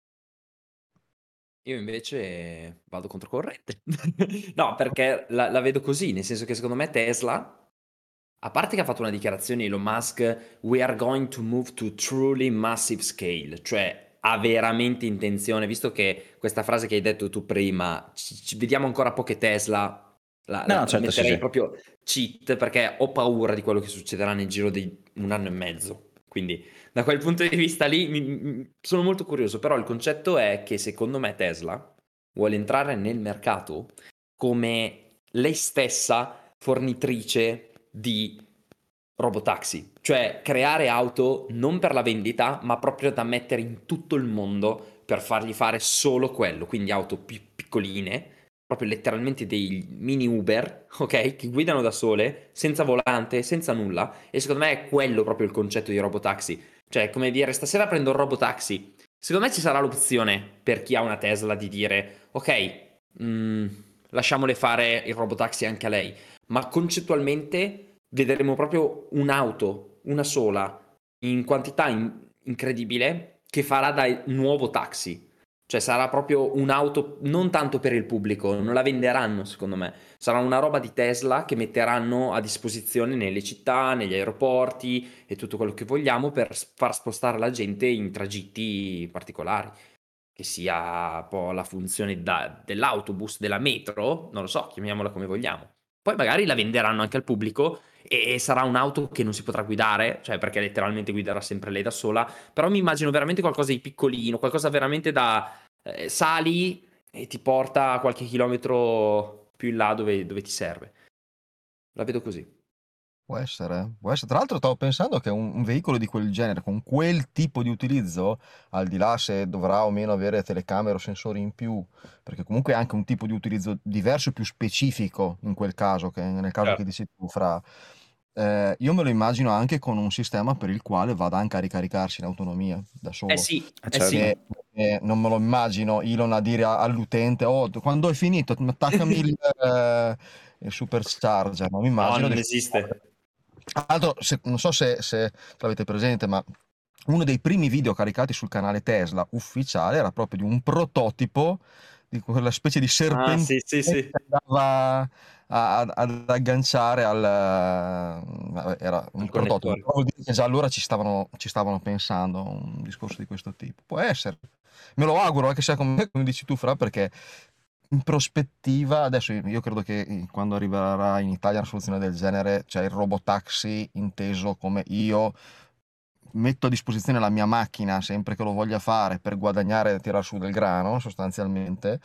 Io invece vado controcorrente. No, perché la, la vedo così, nel senso che secondo me Tesla, a parte che ha fatto una dichiarazione Elon Musk, we are going to move to truly massive scale, cioè ha veramente intenzione, visto che questa frase che hai detto tu prima, ci, ci vediamo ancora poche Tesla, la, No, no, la- la certo, sì, metterei sì. proprio cheat, perché ho paura di quello che succederà nel giro di un anno e mezzo. Quindi da quel punto di vista lì mi- mi- sono molto curioso, però il concetto è che secondo me Tesla vuole entrare nel mercato come lei stessa fornitrice di robotaxi, cioè creare auto non per la vendita, ma proprio da mettere in tutto il mondo per fargli fare solo quello, quindi auto più piccoline, proprio letteralmente dei mini Uber, ok? Che guidano da sole, senza volante, senza nulla, e secondo me è quello proprio il concetto di robotaxi, cioè come dire stasera prendo il robotaxi, secondo me ci sarà l'opzione per chi ha una Tesla di dire ok, mh, lasciamole fare il robotaxi anche a lei, ma concettualmente vedremo proprio un'auto, una sola, in quantità in- incredibile, che farà da nuovo taxi. Cioè sarà proprio un'auto non tanto per il pubblico, non la venderanno secondo me. Sarà una roba di Tesla che metteranno a disposizione nelle città, negli aeroporti e tutto quello che vogliamo per s- far spostare la gente in tragitti particolari. Che sia un po' la funzione da- dell'autobus, della metro, non lo so, chiamiamola come vogliamo. Poi magari la venderanno anche al pubblico e sarà un'auto che non si potrà guidare, cioè perché letteralmente guiderà sempre lei da sola, però mi immagino veramente qualcosa di piccolino, qualcosa veramente da eh, sali e ti porta a qualche chilometro più in là dove, dove ti serve. La vedo così. Può essere, eh. Può essere. Tra l'altro stavo pensando che un, un veicolo di quel genere, con quel tipo di utilizzo, al di là se dovrà o meno avere telecamere o sensori in più, perché comunque è anche un tipo di utilizzo diverso e più specifico in quel caso, che nel caso che Certo. dici tu, fra... eh, io me lo immagino anche con un sistema per il quale vada anche a ricaricarsi in autonomia da Eh solo. sì, Eh, eh sì. Perché certo. eh, non me lo immagino Elon a dire a- all'utente, oh, quando hai finito, attaccami il, eh, il supercharger, ma mi No, immagino non del... esiste. Tra l'altro, se- non so se, se l'avete presente, ma uno dei primi video caricati sul canale Tesla ufficiale era proprio di un prototipo di quella specie di Ah, serpente sì, sì, che sì. andava a- a- ad agganciare al... vabbè, era un Il prototipo, connettore. però vuol dire che già allora ci stavano, ci stavano pensando a un discorso di questo tipo. Può essere. Me lo auguro, anche se come, come dici tu, Fra, perché in prospettiva, adesso io io credo che eh, quando arriverà in Italia una soluzione del genere, cioè il robotaxi inteso come io metto a disposizione la mia macchina sempre che lo voglia fare per guadagnare e tirar su del grano sostanzialmente,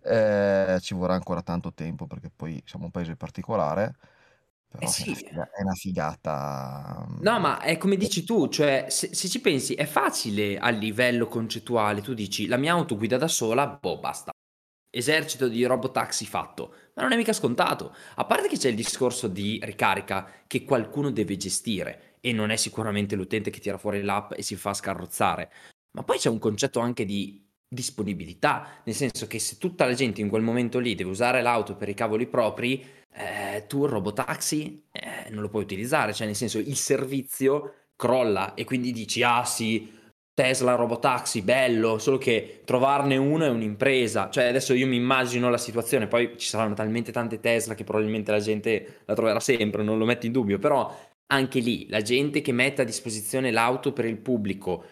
eh, ci vorrà ancora tanto tempo perché poi siamo un paese particolare, Eh però è una sì. figa- è una figata. No, mm. ma è come dici tu, cioè se, se ci pensi è facile a livello concettuale, tu dici la mia auto guida da sola, boh, basta. Esercito di robotaxi fatto, ma non è mica scontato. A parte che c'è il discorso di ricarica che qualcuno deve gestire e non è sicuramente l'utente che tira fuori l'app e si fa scarrozzare, ma poi c'è un concetto anche di disponibilità, nel senso che se tutta la gente in quel momento lì deve usare l'auto per i cavoli propri, eh, tu il robotaxi eh, non lo puoi utilizzare, cioè nel senso il servizio crolla e quindi dici ah sì, Tesla robotaxi, bello, solo che trovarne uno è un'impresa. Cioè, adesso io mi immagino la situazione, poi ci saranno talmente tante Tesla che probabilmente la gente la troverà sempre, non lo metto in dubbio, però anche lì la gente che mette a disposizione l'auto per il pubblico,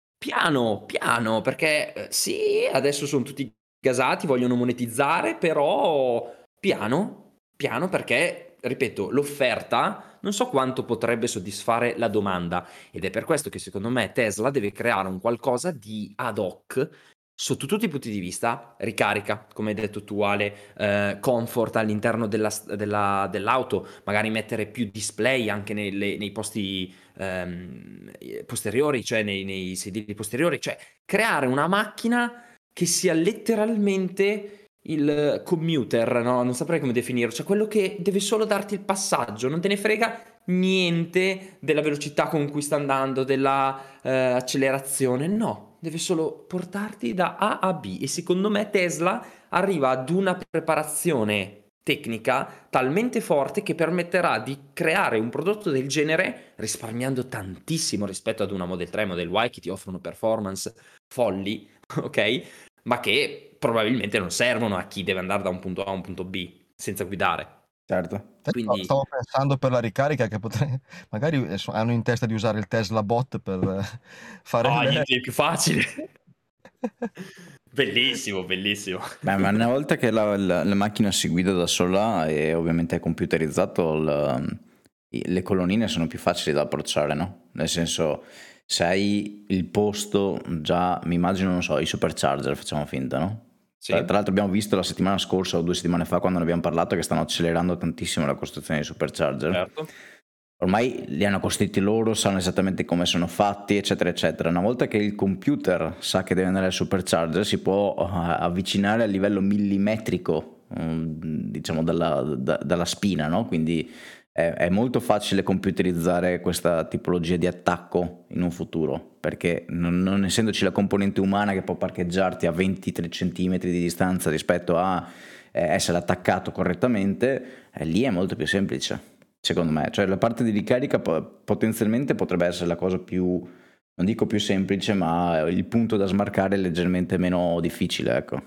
piano, piano, perché eh, sì, adesso sono tutti gasati, vogliono monetizzare, però piano, piano perché, ripeto, l'offerta non so quanto potrebbe soddisfare la domanda. Ed è per questo che secondo me Tesla deve creare un qualcosa di ad hoc sotto tutti i punti di vista, ricarica, come hai detto tu Ale, eh, comfort all'interno della- della- dell'auto, magari mettere più display anche nelle- nei posti ehm, posteriori, cioè nei, nei sedili posteriori, cioè creare una macchina che sia letteralmente il commuter, no? Non saprei come definirlo, cioè quello che deve solo darti il passaggio, non te ne frega niente della velocità con cui sta andando, della eh, accelerazione, no, deve solo portarti da A a B e secondo me Tesla arriva ad una preparazione tecnica talmente forte che permetterà di creare un prodotto del genere risparmiando tantissimo rispetto ad una Model tre, Model Y che ti offrono performance folli, ok? Ma che probabilmente non servono a chi deve andare da un punto A a un punto B senza guidare. Certo. Sto- Quindi Stavo pensando per la ricarica che potrei, magari eh, so- hanno in testa di usare il Tesla Bot per eh, fare ah, il... niente di più facile. Bellissimo, bellissimo. Beh, ma una volta che la, la- la macchina si guida da sola e ovviamente è computerizzato, il- i- le colonnine sono più facili da approcciare, no? Nel senso, se hai il posto già, mi immagino, non so, i supercharger, facciamo finta, no? Tra, Sì, tra l'altro abbiamo visto la settimana scorsa o due settimane fa quando ne abbiamo parlato che stanno accelerando tantissimo la costruzione dei supercharger. certo. Ormai li hanno costruiti loro, sanno esattamente come sono fatti, eccetera, eccetera. Una volta che il computer sa che deve andare al supercharger, si può uh, avvicinare a livello millimetrico, um, diciamo, dalla, da- dalla spina, no? Quindi è, è molto facile computerizzare questa tipologia di attacco in un futuro, perché non, non essendoci la componente umana che può parcheggiarti a ventitré centimetri di distanza rispetto a eh, essere attaccato correttamente, eh, lì è molto più semplice. Secondo me, cioè la parte di ricarica po- potenzialmente potrebbe essere la cosa più, non dico più semplice, ma il punto da smarcare è leggermente meno difficile, ecco.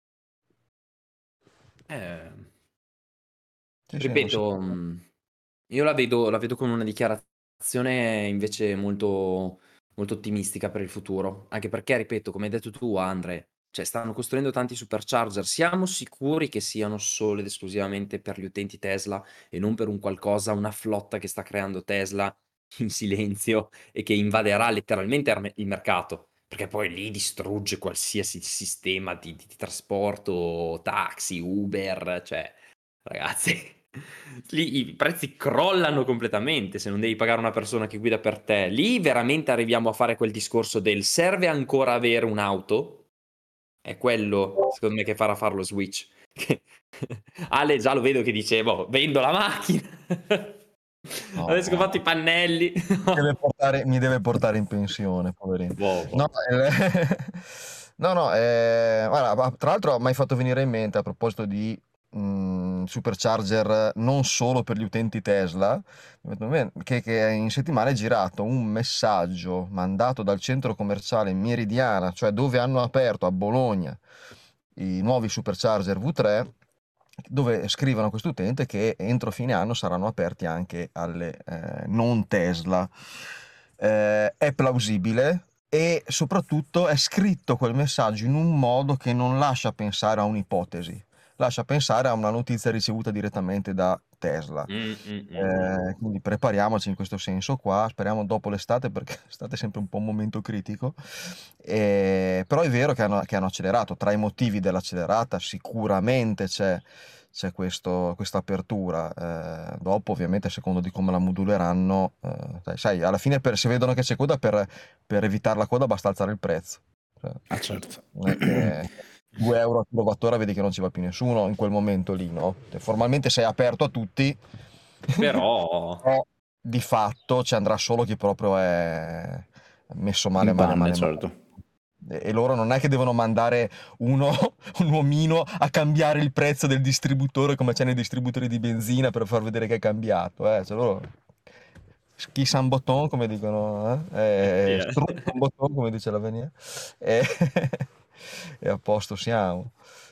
Eh, Sì, sì, non so. ripeto, mh, io la vedo, la vedo con una dichiarazione invece molto, molto ottimistica per il futuro, anche perché, ripeto, come hai detto tu, Andre, cioè stanno costruendo tanti supercharger, siamo sicuri che siano solo ed esclusivamente per gli utenti Tesla e non per un qualcosa, una flotta che sta creando Tesla in silenzio e che invaderà letteralmente arme- il mercato, perché poi lì distrugge qualsiasi sistema di, di- di trasporto, taxi, Uber, cioè, ragazzi. Lì i prezzi crollano completamente se non devi pagare una persona che guida per te. Lì veramente arriviamo a fare quel discorso del serve ancora avere un'auto? È quello, secondo me, che farà fare lo switch. Che- Ale già lo vedo che dice, boh, vendo la macchina. No, Adesso che ho no. fatto i pannelli. Mi deve portare, mi deve portare in pensione, poverino. Boh, No, boh. eh, no, no, eh, guarda, ma tra l'altro mi hai fatto venire in mente a proposito di mh, supercharger non solo per gli utenti Tesla, che, che in settimana è girato un messaggio mandato dal centro commerciale Meridiana, cioè dove hanno aperto a Bologna i nuovi supercharger V tre, dove scrivono a quest'utente che entro fine anno saranno aperti anche alle eh, non Tesla. Eh, è plausibile e soprattutto è scritto quel messaggio in un modo che non lascia pensare a un'ipotesi, lascia pensare a una notizia ricevuta direttamente da Tesla. Mm, mm, mm, mm. Eh, quindi prepariamoci in questo senso qua, speriamo dopo l'estate perché l'estate è sempre un po' un momento critico. Eh, però è vero che hanno, che hanno accelerato. Tra i motivi dell'accelerata sicuramente c'è c'è questo, questa apertura. Eh, dopo ovviamente a secondo di come la moduleranno, eh, sai, sai, alla fine per- se vedono che c'è coda, per, per evitare la coda basta alzare il prezzo. Cioè, Ah, certo. non è che due euro a kilowattora vedi che non ci va più nessuno in quel momento lì, no? Cioè, formalmente sei aperto a tutti, Però però di fatto ci andrà solo chi proprio è messo male, In male, panne, male, male. certo. E e loro non è che devono mandare uno, un uomino a cambiare il prezzo del distributore come c'è nei distributori di benzina per far vedere che è cambiato. Eh. Cioè loro, chi san botton, come dicono, eh? sì, Eh, eh. strut san botton, come dice la Venia. E, e a posto siamo.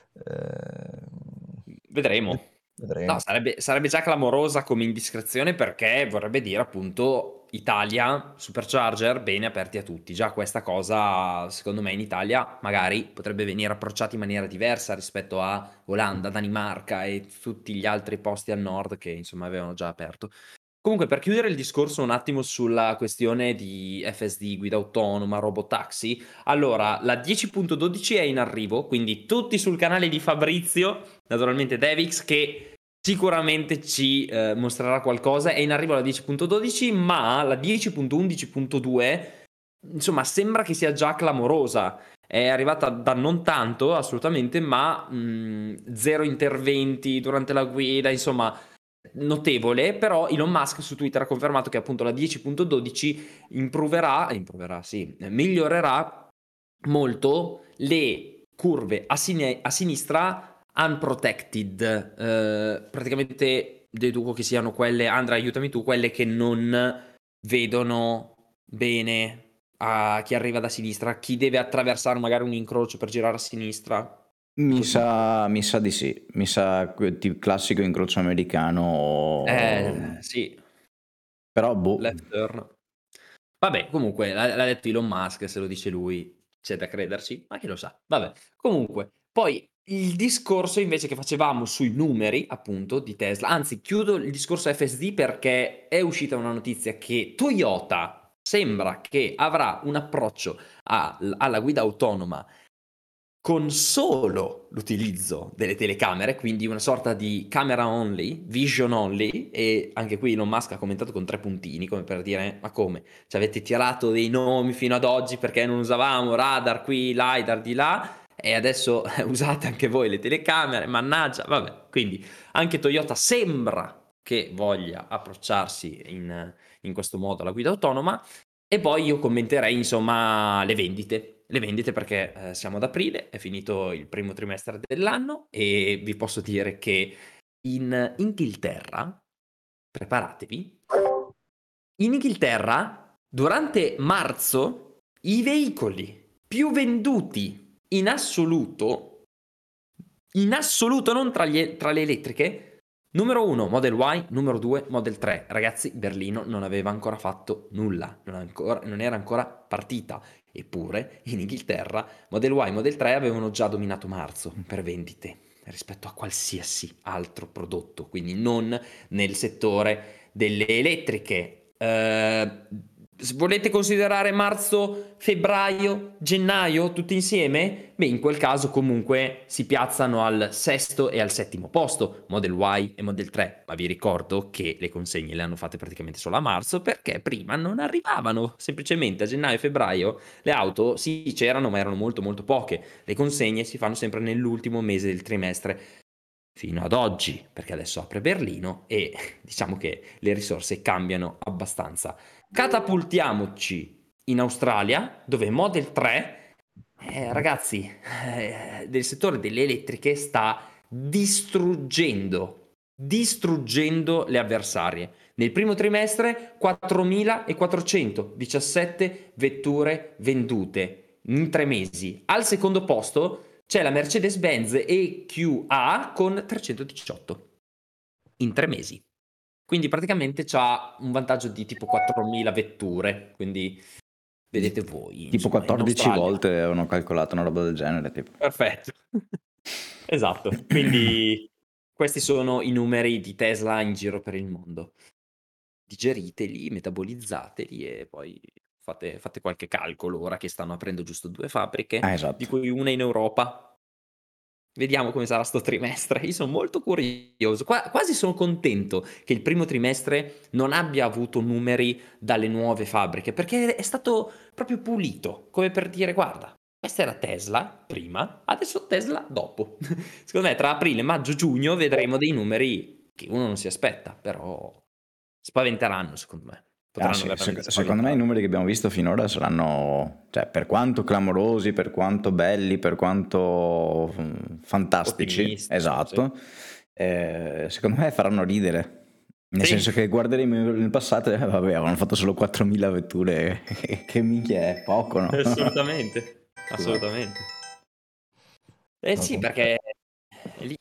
Eh, Vedremo. vedremo. No, sarebbe, sarebbe già clamorosa come indiscrezione perché vorrebbe dire appunto Italia, supercharger, bene aperti a tutti. Già questa cosa, secondo me, in Italia magari potrebbe venire approcciata in maniera diversa rispetto a Olanda, Danimarca e tutti gli altri posti al nord che insomma avevano già aperto. Comunque, per chiudere il discorso un attimo sulla questione di F S D, guida autonoma, robotaxi, allora la dieci punto dodici è in arrivo, quindi tutti sul canale di Fabrizio, naturalmente Devix, che sicuramente ci eh, mostrerà qualcosa. È in arrivo la dieci punto dodici, ma la dieci punto undici punto due, insomma, sembra che sia già clamorosa. È arrivata da non tanto, assolutamente, ma mh, zero interventi durante la guida, insomma notevole. Però Elon Musk su Twitter ha confermato che appunto la dieci punto dodici improverà, improverà sì, migliorerà molto le curve a, sin- a sinistra unprotected, eh, praticamente deduco che siano quelle, Andrea aiutami tu, quelle che non vedono bene a chi arriva da sinistra, chi deve attraversare magari un incrocio per girare a sinistra. Mi Tipo tipo. sa, mi sa di sì, mi sa quel tipo classico incrocio americano, o- Eh, sì, però boh. left turn. Vabbè, comunque, l'ha, l'ha detto Elon Musk, se lo dice lui, c'è da crederci, ma chi lo sa. Vabbè, comunque, poi il discorso invece che facevamo sui numeri, appunto, di Tesla, anzi, chiudo il discorso F S D perché è uscita una notizia che Toyota sembra che avrà un approccio a- alla guida autonoma con solo l'utilizzo delle telecamere, quindi una sorta di camera only, vision only. E anche qui Elon Musk ha commentato con tre puntini, come per dire, ma come? Ci avete tirato dei nomi fino ad oggi perché non usavamo radar qui, lidar di là, e adesso usate anche voi le telecamere, mannaggia, vabbè. Quindi anche Toyota sembra che voglia approcciarsi in, in questo modo alla guida autonoma. E poi io commenterei insomma le vendite, le vendite perché eh, siamo ad aprile, è finito il primo trimestre dell'anno e vi posso dire che in Inghilterra, preparatevi, in Inghilterra durante marzo i veicoli più venduti in assoluto, in assoluto non tra, gli- tra le elettriche, numero uno Model Y, numero due Model tre. Ragazzi, Berlino non aveva ancora fatto nulla, non, ancora, non era ancora partita. Eppure in Inghilterra Model Y e Model tre avevano già dominato marzo per vendite rispetto a qualsiasi altro prodotto, quindi non nel settore delle elettriche. Eh, volete considerare marzo, febbraio, gennaio tutti insieme? Beh, in quel caso comunque si piazzano al sesto e al settimo posto Model Y e Model tre, ma vi ricordo che le consegne le hanno fatte praticamente solo a marzo perché prima non arrivavano, semplicemente a gennaio e febbraio le auto sì c'erano ma erano molto molto poche, le consegne si fanno sempre nell'ultimo mese del trimestre fino ad oggi, perché adesso apre Berlino e diciamo che le risorse cambiano abbastanza. Catapultiamoci in Australia, dove Model tre, eh, ragazzi, eh, del settore delle elettriche sta distruggendo, distruggendo le avversarie. Nel primo trimestre quattromilaquattrocentodiciassette vetture vendute in tre mesi. Al secondo posto c'è la Mercedes-Benz E Q A con trecentodiciotto in tre mesi. Quindi praticamente c'ha un vantaggio di tipo quattromila vetture, quindi vedete voi, Tipo insomma, in quattordici Australia. volte avevano calcolato una roba del genere, tipo. Perfetto. Esatto, quindi questi sono i numeri di Tesla in giro per il mondo. Digeriteli, metabolizzateli e poi fate fate qualche calcolo, ora che stanno aprendo giusto due fabbriche, Ah, di esatto. cui una in Europa. Vediamo come sarà 'sto trimestre. Io son molto curioso, qua quasi sono contento che il primo trimestre non abbia avuto numeri dalle nuove fabbriche, perché è stato proprio pulito, come per dire: "Guarda, questa era Tesla prima, adesso Tesla dopo." Secondo me tra aprile, maggio, giugno vedremo dei numeri che uno non si aspetta, però spaventeranno secondo me. Ah Potranno sì, veramente sec- secondo me i spaventare. numeri che abbiamo visto finora saranno, cioè, per quanto clamorosi, per quanto belli, per quanto mm, fantastici, Ottimistici, sì. esatto, eh, secondo me faranno ridere. Nel Sì, senso che guarderemo nel passato e eh, vabbè, avevano fatto solo quattromila vetture, che minchia è, poco, no? assolutamente, Esatto. assolutamente. Eh No, sì, comunque- perché è lì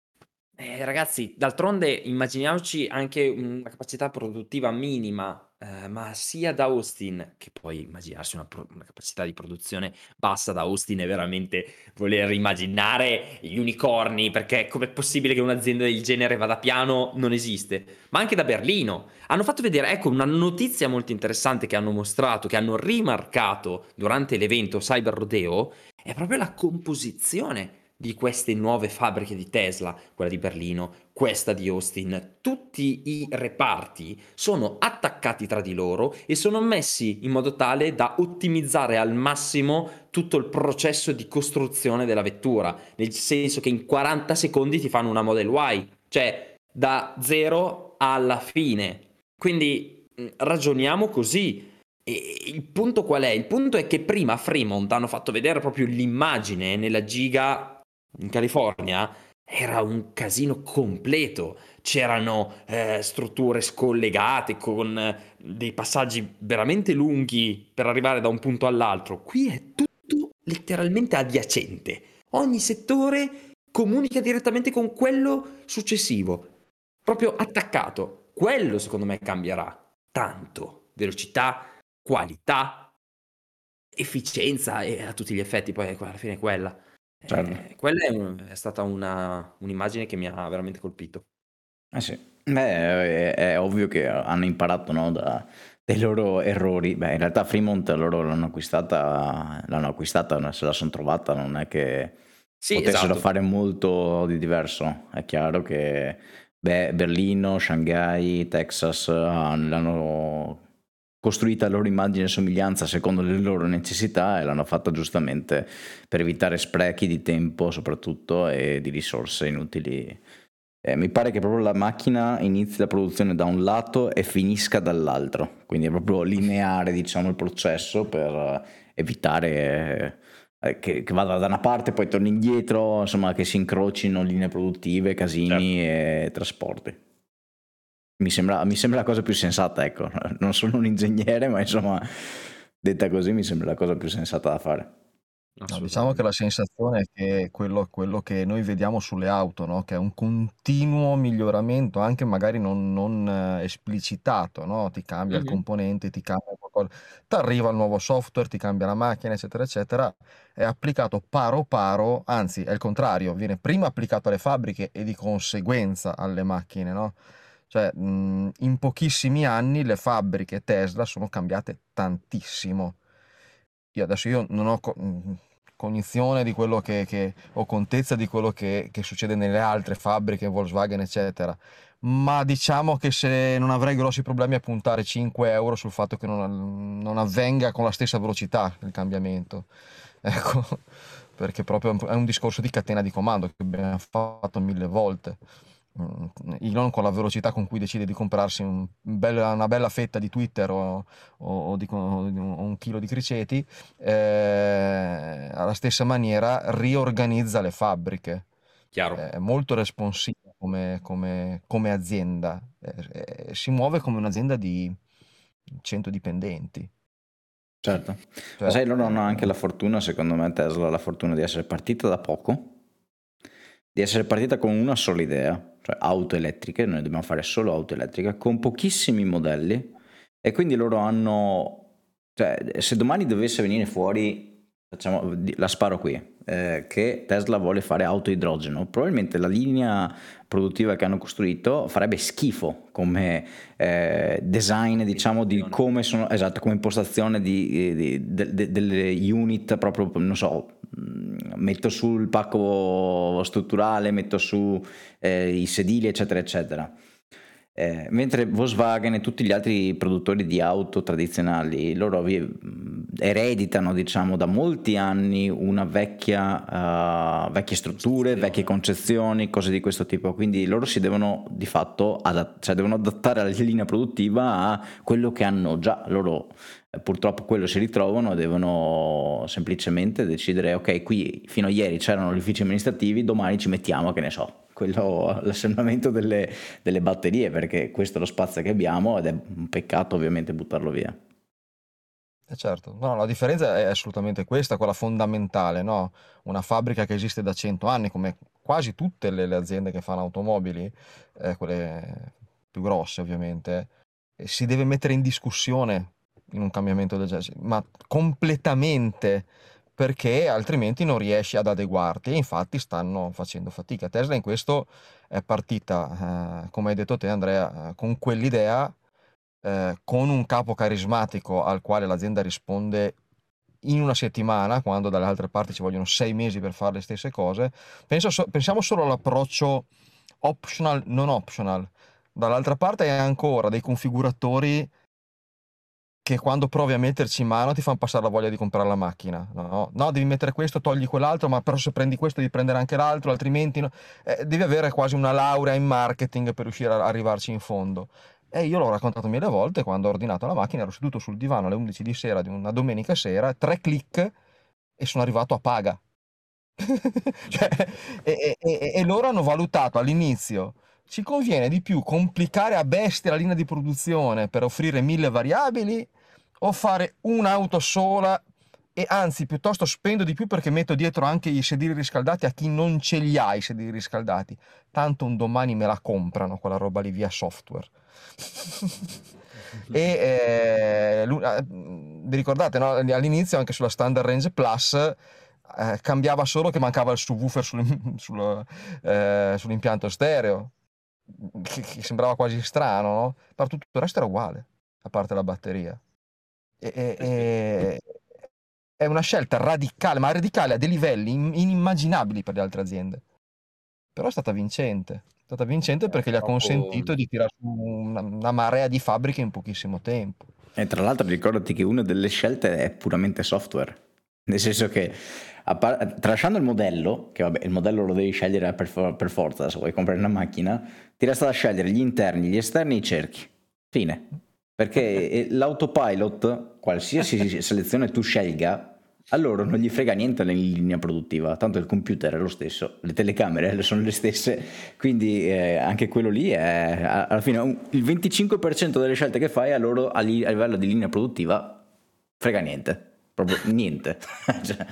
eh, ragazzi, d'altronde immaginiamoci anche una capacità produttiva minima, ehm, ma sia da Austin, che poi immaginarsi una pro una capacità di produzione bassa da Austin è veramente voler immaginare gli unicorni, perché com'è possibile che un'azienda del genere vada piano? Non esiste. Ma anche da Berlino. Hanno fatto vedere, ecco, una notizia molto interessante che hanno mostrato, che hanno rimarcato durante l'evento Cyber Rodeo, è proprio la composizione di queste nuove fabbriche di Tesla, quella di Berlino, questa di Austin. Tutti i reparti sono attaccati tra di loro e sono messi in modo tale da ottimizzare al massimo tutto il processo di costruzione della vettura, nel senso che in quaranta secondi ti fanno una Model Y, cioè da zero alla fine. Quindi mh, ragioniamo così. E il punto qual è? Il punto è che prima a Fremont hanno fatto vedere proprio l'immagine nella giga in California, era un casino completo. C'erano eh, strutture scollegate con eh, dei passaggi veramente lunghi per arrivare da un punto all'altro. Qui è tutto letteralmente adiacente. Ogni settore comunica direttamente con quello successivo, proprio attaccato. Quello secondo me cambierà tanto. Velocità, qualità, efficienza e a tutti gli effetti poi alla fine è quella. Certo. Eh, quella è, un- è stata una, un'immagine che mi ha veramente colpito. Eh sì, beh, è, è ovvio che hanno imparato, no, da, dai loro errori. Beh, in realtà Fremont loro l'hanno acquistata, l'hanno acquistata, se la sono trovata, non è che Sì, potessero esatto. fare molto di diverso. È chiaro che beh, Berlino, Shanghai, Texas ah, l'hanno costruita a loro immagine e somiglianza secondo le loro necessità e l'hanno fatta giustamente per evitare sprechi di tempo soprattutto e di risorse inutili. Eh, mi pare che proprio la macchina inizi la produzione da un lato e finisca dall'altro, quindi è proprio lineare, diciamo, il processo per eh, evitare eh, che, che vada da una parte, poi torni indietro, insomma, che si incrocino linee produttive, Certo. casini e trasporti. Mi sembra, mi sembra la cosa più sensata, ecco. Non sono un ingegnere, ma insomma, detta così mi sembra la cosa più sensata da fare. No, diciamo che Assolutamente. la sensazione è che quello, quello che noi vediamo sulle auto, no? Che è un continuo miglioramento, anche magari non, non, eh, esplicitato, no? Ti cambia il Mhm. componente, ti cambia qualcosa, ti arriva il nuovo software, ti cambia la macchina, eccetera, eccetera. È applicato paro paro, anzi è il contrario, viene prima applicato alle fabbriche e di conseguenza alle macchine, no? Cioè, mh, in pochissimi anni le fabbriche Tesla sono cambiate tantissimo. Io adesso io non ho co- mh, cognizione di quello che, che- o contezza di quello che, che succede nelle altre fabbriche, Volkswagen, eccetera. Ma diciamo che se non avrei grossi problemi a puntare cinque euro sul fatto che non, non avvenga con la stessa velocità il cambiamento. Ecco, perché proprio è un è un discorso di catena di comando che abbiamo fatto mille volte. Mm, Elon con la velocità con cui decide di comprarsi un bella- una bella fetta di Twitter o, o- o di co- o di un, o un chilo di criceti, eh, alla stessa maniera riorganizza le fabbriche. Chiaro. È molto responsiva come, come- come azienda. Eh, eh, si muove come un'azienda di cento dipendenti. Certo, ma Cioè, sai, loro hanno anche eh, la fortuna, secondo me Tesla ha la fortuna di essere partita da poco, di essere partita con una sola idea, cioè auto elettriche, noi dobbiamo fare solo auto elettriche, con pochissimi modelli, e quindi loro hanno, cioè, se domani dovesse venire fuori, facciamo, la sparo qui, eh, che Tesla vuole fare auto a idrogeno, probabilmente la linea produttiva che hanno costruito farebbe schifo come eh, design, diciamo, di come sono, esatto, come impostazione di, di- de- de- delle unit, proprio, non so, mh, metto sul pacco strutturale, metto su eh, i sedili, eccetera, eccetera. Eh, mentre Volkswagen e tutti gli altri produttori di auto tradizionali, loro vi- mh, ereditano, diciamo, da molti anni una vecchia, uh, vecchie strutture, vecchie concezioni, cose di questo tipo. Quindi loro si devono di fatto adatt- cioè devono adattare la linea produttiva a quello che hanno già. Loro eh, purtroppo quello si ritrovano e devono semplicemente decidere: ok, qui fino a ieri c'erano gli uffici amministrativi, domani ci mettiamo, che ne so, quello, l'assemblamento delle, delle batterie, perché questo è lo spazio che abbiamo ed è un peccato ovviamente buttarlo via. Eh certo, no, la differenza è assolutamente questa, quella fondamentale, no? Una fabbrica che esiste da cento anni, come quasi tutte le, le aziende che fanno automobili, eh, quelle più grosse ovviamente, eh, si deve mettere in discussione in un cambiamento del genere, ma completamente, perché altrimenti non riesci ad adeguarti e infatti stanno facendo fatica. Tesla in questo è partita, eh, come hai detto te Andrea, eh, con quell'idea, eh, con un capo carismatico al quale l'azienda risponde in una settimana, quando dalle altre parti ci vogliono sei mesi per fare le stesse cose. Penso so- pensiamo solo all'approccio optional, non optional. Dall'altra parte hai ancora dei configuratori che quando provi a metterci in mano ti fanno passare la voglia di comprare la macchina. No, no, devi mettere questo, togli quell'altro, ma però se prendi questo devi prendere anche l'altro, altrimenti no. Eh, devi avere quasi una laurea in marketing per riuscire a arrivarci in fondo. E io l'ho raccontato mille volte quando ho ordinato la macchina, ero seduto sul divano alle undici di sera di una domenica sera, tre click e sono arrivato a paga. Cioè, e, e- e- e loro hanno valutato all'inizio, ci conviene di più complicare a bestia la linea di produzione per offrire mille variabili o fare un'auto sola e anzi piuttosto spendo di più perché metto dietro anche i sedili riscaldati a chi non ce li ha i sedili riscaldati. Tanto un domani me la comprano quella roba lì via software. E eh, lu- eh, vi ricordate, no? All'inizio anche sulla Standard Range Plus eh, cambiava solo che mancava il subwoofer sul- sul- eh, sull'impianto stereo, che, che sembrava quasi strano, no? Per tutto il resto era uguale, a parte la batteria. E- e- Eh sì. e- è una scelta radicale, ma radicale a dei livelli in- inimmaginabili per le altre aziende. Però è stata vincente. È stata vincente perché gli ha Purtroppo consentito di tirare su una, una marea di fabbriche in pochissimo tempo. E tra l'altro ricordati che una delle scelte è puramente software, nel senso che a par- tralasciando il modello, che vabbè il modello lo devi scegliere per, for- per forza se vuoi comprare una macchina, ti resta da scegliere gli interni, gli esterni e i cerchi. Fine. Perché eh, l'autopilot, qualsiasi selezione tu scelga, a loro non gli frega niente in linea produttiva, tanto il computer è lo stesso, le telecamere sono le stesse, quindi eh, anche quello lì è alla fine un- il venticinque per cento delle scelte che fai a loro a, li- a livello di linea produttiva frega niente, proprio niente. Cioè,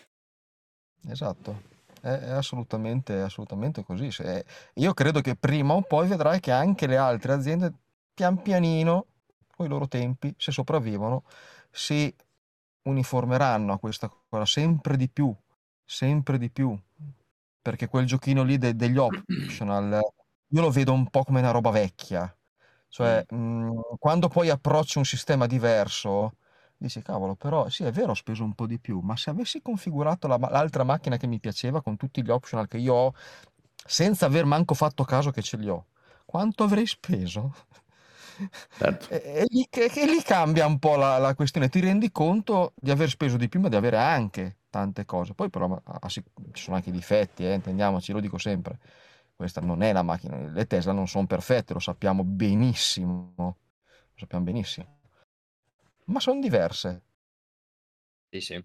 Esatto, è, è assolutamente, assolutamente così. Se- io credo che prima o poi vedrai che anche le altre aziende, pian pianino, con i loro tempi, se sopravvivono, si uniformeranno a questa cosa sempre di più, sempre di più. Perché quel giochino lì de- degli optional, io lo vedo un po' come una roba vecchia. Cioè, Mm. mh, quando poi approcci un sistema diverso, dici, cavolo, però sì, è vero, ho speso un po' di più, ma se avessi configurato la ma- l'altra macchina che mi piaceva con tutti gli optional che io ho, senza aver manco fatto caso che ce li ho, quanto avrei speso? certo. E, e lì, che, che lì cambia un po' la, la questione, ti rendi conto di aver speso di più, ma di avere anche tante cose. Poi però ma- ah, sì, ci sono anche i difetti, eh, intendiamoci, lo dico sempre. Questa non è la macchina, le Tesla non sono perfette, lo sappiamo benissimo, lo sappiamo benissimo, ma sono diverse, Sì, sì,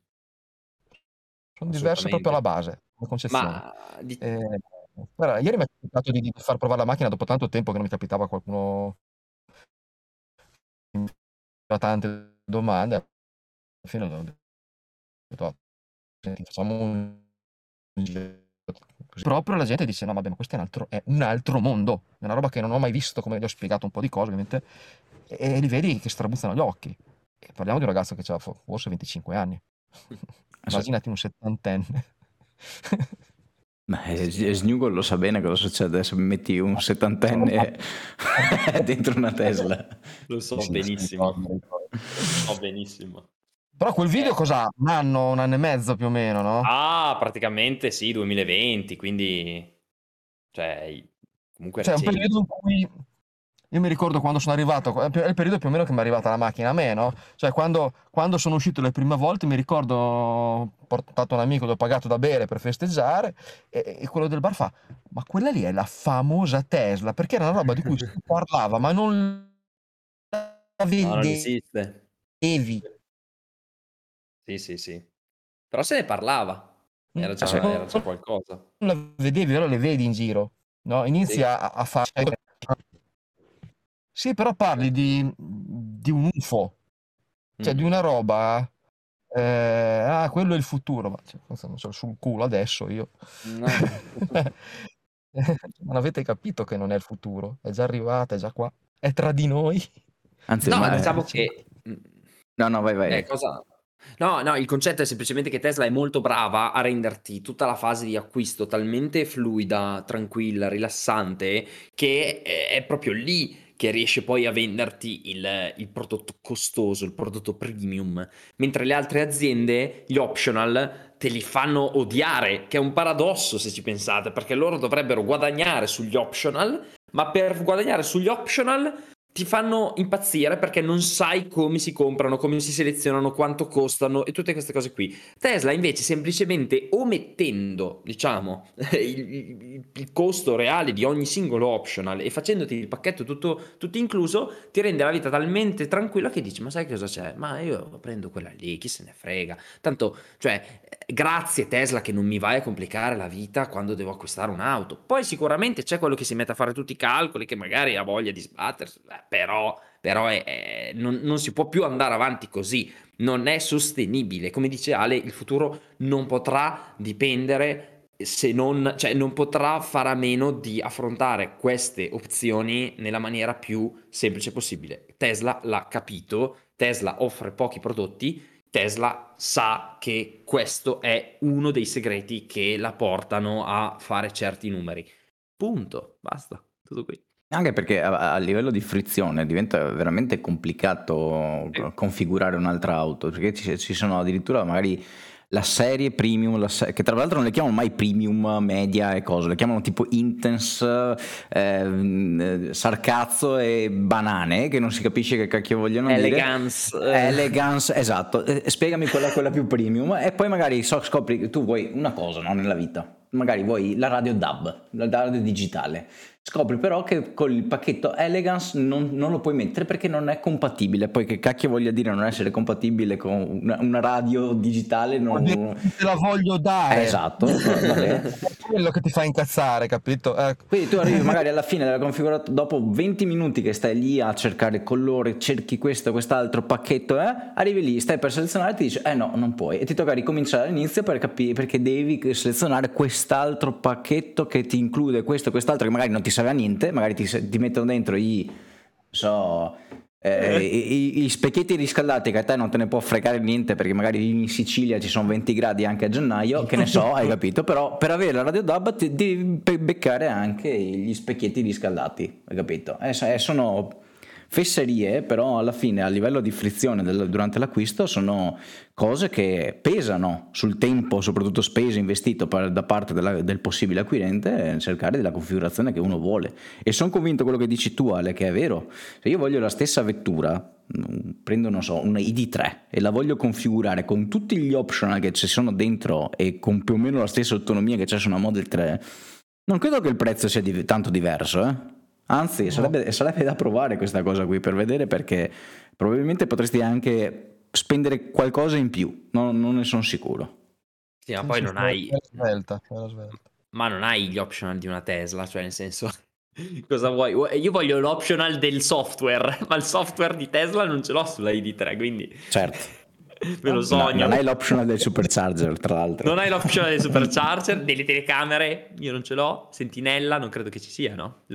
sono diverse proprio alla assolutamente. base, come concezione. Ma di- Eh, guarda, ieri mi è capitato di, di far provare la macchina dopo tanto tempo che non mi capitava qualcuno che mi faceva tante domande. Alla fine ho detto, "Oh, senti, facciamo un giro così." Proprio la gente dice: no, vabbè, ma questo è un altro, è un altro mondo, è una roba che non ho mai visto, come gli ho spiegato un po' di cose, ovviamente, e, e li vedi che strabuzzano gli occhi. E parliamo di un ragazzo che ha forse venticinque anni. Adesso- Immaginati un settantenne. Beh, Snugol lo sa bene cosa succede se metti un settantenne dentro una Tesla. Lo so Sì, sì, benissimo. mi ricordo. Lo so benissimo. Però quel video Eh. cos'ha? Un anno, un anno e mezzo più o meno, no? Ah, praticamente sì, duemilaventi, quindi cioè i- comunque Cioè, un recente. periodo in cui io mi ricordo quando sono arrivato, è il periodo più o meno che mi è arrivata la macchina a me, no? Cioè, quando, quando sono uscito le prime volte, mi ricordo, ho portato un amico, l'ho pagato da bere per festeggiare, e, e quello del bar fa, ma quella lì è la famosa Tesla, perché era una roba di cui si parlava, ma non la No, non vedevi. esiste. Sì, sì, sì. Però se ne parlava. Era Ah, sì. già, era già qualcosa. Non la vedevi, ora le vedi in giro, no? Inizi Sì. a, a fare... Sì, però parli di, di un U F O, cioè di Mm. una roba... eh, ah, quello è il futuro, ma cioè, questo non so, sul culo adesso io. No. Non avete capito che non è il futuro, è già arrivata, è già qua, è tra di noi. Anzi, No, ma diciamo Diciamo. che... no, no, vai, vai. Eh, cosa... No, no, il concetto è semplicemente che Tesla è molto brava a renderti tutta la fase di acquisto talmente fluida, tranquilla, rilassante, che è è proprio lì che riesce poi a venderti il, il prodotto costoso, il prodotto premium, mentre le altre aziende, gli optional, te li fanno odiare, che è un paradosso se ci pensate, perché loro dovrebbero guadagnare sugli optional, ma per guadagnare sugli optional ti fanno impazzire perché non sai come si comprano, come si selezionano, quanto costano e tutte queste cose qui. Tesla invece semplicemente omettendo, diciamo, il, il- il costo reale di ogni singolo optional e facendoti il pacchetto tutto, tutto incluso, ti rende la vita talmente tranquilla che dici, ma sai cosa c'è? Ma io prendo quella lì, chi se ne frega. Tanto, cioè, eh, grazie Tesla che non mi vai a complicare la vita quando devo acquistare un'auto. Poi sicuramente c'è quello che si mette a fare tutti i calcoli, che magari ha voglia di sbattersi, eh, però, però è- è- non, non si può più andare avanti così, non è sostenibile. Come dice Ale, il futuro non potrà dipendere se non, cioè non potrà fare a meno di affrontare queste opzioni nella maniera più semplice possibile. Tesla l'ha capito, Tesla offre pochi prodotti, Tesla sa che questo è uno dei segreti che la portano a fare certi numeri. Punto, basta, tutto qui. Anche perché a, a livello di frizione diventa veramente complicato Sì. configurare un'altra auto, perché ci, ci sono addirittura magari la serie premium, la se- che tra l'altro non le chiamano mai premium, media e cose, le chiamano tipo intense, eh, sarcazzo e banane, che non si capisce che cacchio vogliono Elegance, dire. eh. Elegance, esatto. Eh, spiegami quella, quella più premium e poi magari so, scopri che tu vuoi una cosa, no, nella vita. Magari vuoi la radio D A B, la radio digitale. Scopri però che con il pacchetto Elegance non, non lo puoi mettere perché non è compatibile. Poi che cacchio voglia dire non essere compatibile con una, una radio digitale? Non... Te la voglio dare. Eh, esatto, vabbè. È quello che ti fa incazzare, capito? Ecco. Quindi tu arrivi magari alla fine della configurazione, dopo venti minuti che stai lì a cercare il colore, cerchi questo, quest'altro pacchetto, eh? Arrivi lì, stai per selezionare e ti dice eh no, non puoi. E ti tocca ricominciare all'inizio per capire, perché devi selezionare quest'altro pacchetto che ti include questo, quest'altro, che magari non ti serve a niente, magari ti, ti mettono dentro i, so... Eh, i, i specchietti riscaldati che a te non te ne può fregare niente perché magari in Sicilia ci sono venti gradi anche a gennaio, che ne so, hai capito, però per avere la radio D A B ti devi beccare anche gli specchietti riscaldati, hai capito? Eh, sono fesserie, però alla fine a livello di frizione del, durante l'acquisto sono cose che pesano sul tempo, soprattutto speso investito per, da parte della, del possibile acquirente, cercare della configurazione che uno vuole. E sono convinto quello che dici tu, Ale, che è vero. Se io voglio la stessa vettura, prendo, non so, una I D tre e la voglio configurare con tutti gli optional che ci sono dentro e con più o meno la stessa autonomia che c'è su una Model tre, non credo che il prezzo sia di, tanto diverso, eh? Anzi, no. sarebbe, sarebbe da provare questa cosa qui per vedere, perché probabilmente potresti anche spendere qualcosa in più, no, non ne sono sicuro. Sì, ma poi non hai... Svelta, svelta. Ma non hai gli optional di una Tesla, cioè nel senso... Cosa vuoi? Io voglio l'optional del software, ma il software di Tesla non ce l'ho sulla I D tre, quindi... Certo. Me lo sogno. No, non hai l'optional del supercharger, tra l'altro. Non hai l'optional del supercharger, delle telecamere, io non ce l'ho. Sentinella, non credo che ci sia, no? Giusto?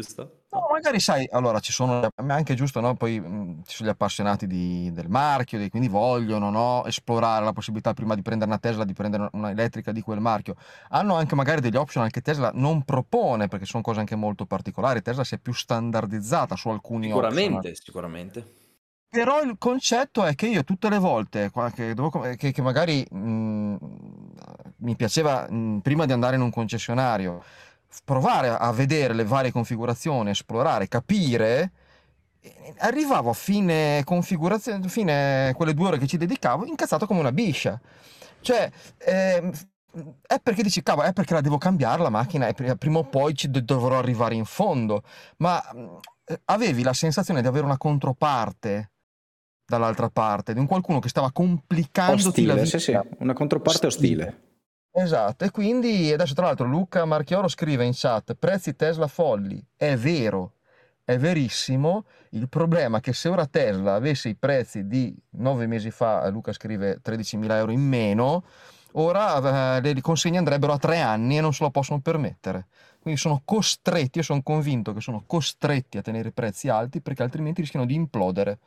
No, magari sai, allora ci sono, è anche giusto, no? Poi mh, ci sono gli appassionati di- del marchio, di- quindi vogliono, no? Esplorare la possibilità prima di prendere una Tesla, di prendere una elettrica di quel marchio. Hanno anche magari degli option che Tesla non propone, perché sono cose anche molto particolari. Tesla si è più standardizzata su alcuni option. Sicuramente, sicuramente. Però il concetto è che io tutte le volte qua- che, dovevo- che- che magari mh, mi piaceva mh, prima di andare in un concessionario f- provare a vedere le varie configurazioni, esplorare, capire, e arrivavo a fine configurazione, fine quelle due ore che ci dedicavo, incazzato come una biscia. Cioè, ehm, è perché dici, cavolo, è perché la devo cambiare la macchina e pri- prima o poi ci do- dovrò arrivare in fondo. Ma mh, eh, avevi la sensazione di avere una controparte dall'altra parte, di un qualcuno che stava complicandoti la Ostile, sì, sì, vita. una controparte Ostile. ostile. Esatto, e quindi adesso tra l'altro Luca Marchioro scrive in chat, prezzi Tesla folli, è vero, è verissimo, il problema è che se ora Tesla avesse i prezzi di nove mesi fa, Luca scrive tredicimila euro in meno, ora eh, le consegne andrebbero a tre anni e non se lo possono permettere. Quindi sono costretti, io sono convinto che sono costretti a tenere i prezzi alti perché altrimenti rischiano di implodere.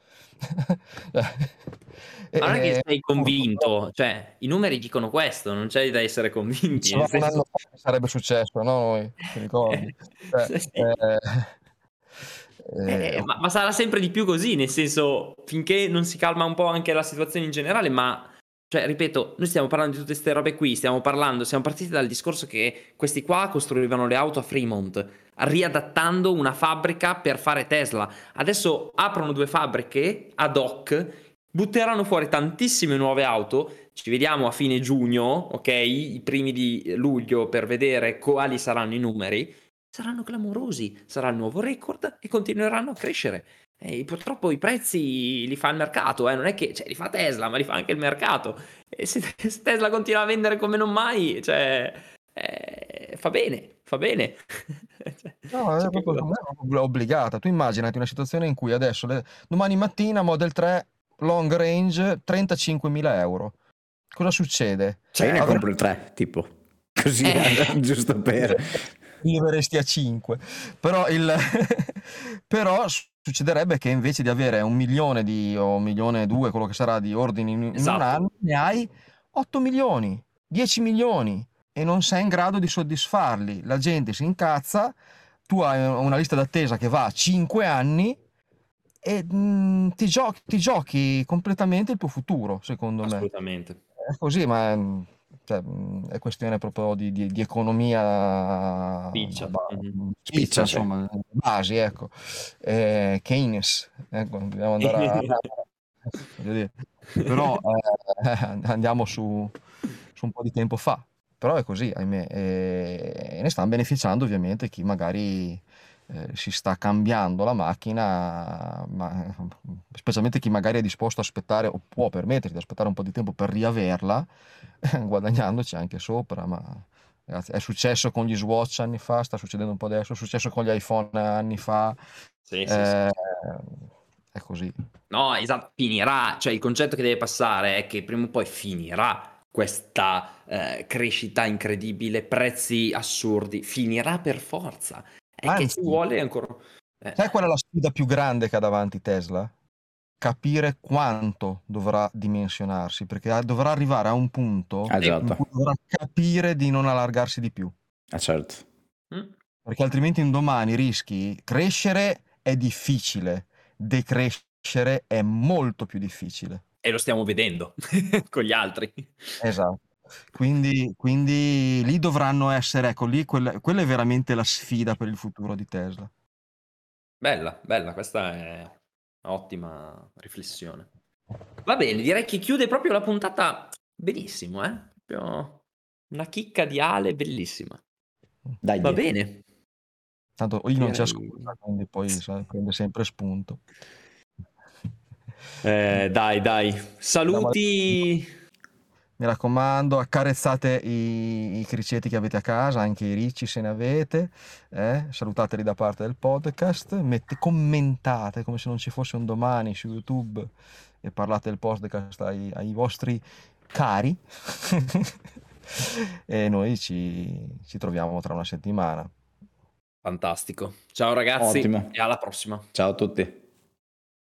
Ma non è che E, sei purtroppo, convinto, cioè i numeri dicono questo, non c'è da essere convinti, nel dicevamo un senso anno fa che sarebbe successo, no? Noi, ti ricordi? Cioè, sì, sì. eh, Eh, eh, ma, ma sarà sempre di più così, nel senso, finché non si calma un po' anche la situazione in generale, ma, cioè, ripeto, noi stiamo parlando di tutte queste robe qui, stiamo parlando, siamo partiti dal discorso che questi qua costruivano le auto a Fremont, riadattando una fabbrica per fare Tesla. Adesso aprono due fabbriche ad hoc, butteranno fuori tantissime nuove auto, ci vediamo a fine giugno, ok? I primi di luglio per vedere quali saranno i numeri. Saranno clamorosi, sarà il nuovo record e continueranno a crescere. E purtroppo i prezzi li fa il mercato, eh? Non è che, cioè, li fa Tesla, ma li fa anche il mercato. E se, se Tesla continua a vendere come non mai, cioè, eh, fa bene, fa bene. Cioè, no, c'è è poco proprio, da secondo me fare. è proprio obbligata. Tu immaginati una situazione in cui adesso, le- domani mattina, Model tre long range, trentacinquemila euro. Cosa succede? E io ne Certo. compro il tre, tipo, così, Eh, giusto per... Arriveresti a cinque. Però, il... Però succederebbe che invece di avere un milione di, o un milione e due, quello che sarà di ordini in, in un esatto. anno, ne hai otto milioni, dieci milioni e non sei in grado di soddisfarli. La gente si incazza, tu hai una lista d'attesa che va a cinque anni e mm, ti giochi, ti giochi completamente il tuo futuro, secondo me. Assolutamente. È così, ma mm, cioè, mm, è questione proprio di, di- di economia Piccia. ba- Mhm. spiccia, Spiccia, sì. insomma, basi, ecco. Eh, Keynes, ecco, dobbiamo andare a... voglio dire. Però eh, andiamo su, su un po' di tempo fa. Però è così, ahimè, e ne stanno beneficiando ovviamente chi magari eh, si sta cambiando la macchina, ma specialmente chi magari è disposto a aspettare o può permettersi di aspettare un po' di tempo per riaverla, guadagnandoci anche sopra. Ma ragazzi, è successo con gli Swatch anni fa, sta succedendo un po' adesso, è successo con gli iPhone anni fa, Sì, sì, sì. eh, è così. No, esatto, finirà, cioè il concetto che deve passare è che prima o poi finirà questa eh, crescita incredibile, prezzi assurdi, finirà per forza. È che ci Anzi, vuole ancora... eh, sai qual è la sfida più grande che ha davanti Tesla? Capire quanto dovrà dimensionarsi, perché ha- dovrà arrivare a un punto Ah, sì. in cui esatto. dovrà capire di non allargarsi di più, Ah, certo. Mm. perché altrimenti un domani rischi crescere è difficile, decrescere è molto più difficile. E lo stiamo vedendo con gli altri. Esatto. Quindi, quindi lì dovranno essere, ecco, lì quella, quella è veramente la sfida per il futuro di Tesla. Bella, bella, questa è un'ottima riflessione. Va bene, direi che chiude proprio la puntata benissimo, eh? Proprio una chicca di Ale bellissima. Dai, Va di. bene, Tanto io non ci direi... ascolta, quindi poi sai, prende sempre spunto. Eh, dai, dai, Andiamo alle- saluti. Mi raccomando, accarezzate i, i criceti che avete a casa, anche i ricci se ne avete, eh? Salutateli da parte del podcast, mette, commentate come se non ci fosse un domani su YouTube e parlate del podcast ai, ai vostri cari e noi ci, ci troviamo tra una settimana. Fantastico. Ciao ragazzi Ottimo. e alla prossima. Ciao a tutti.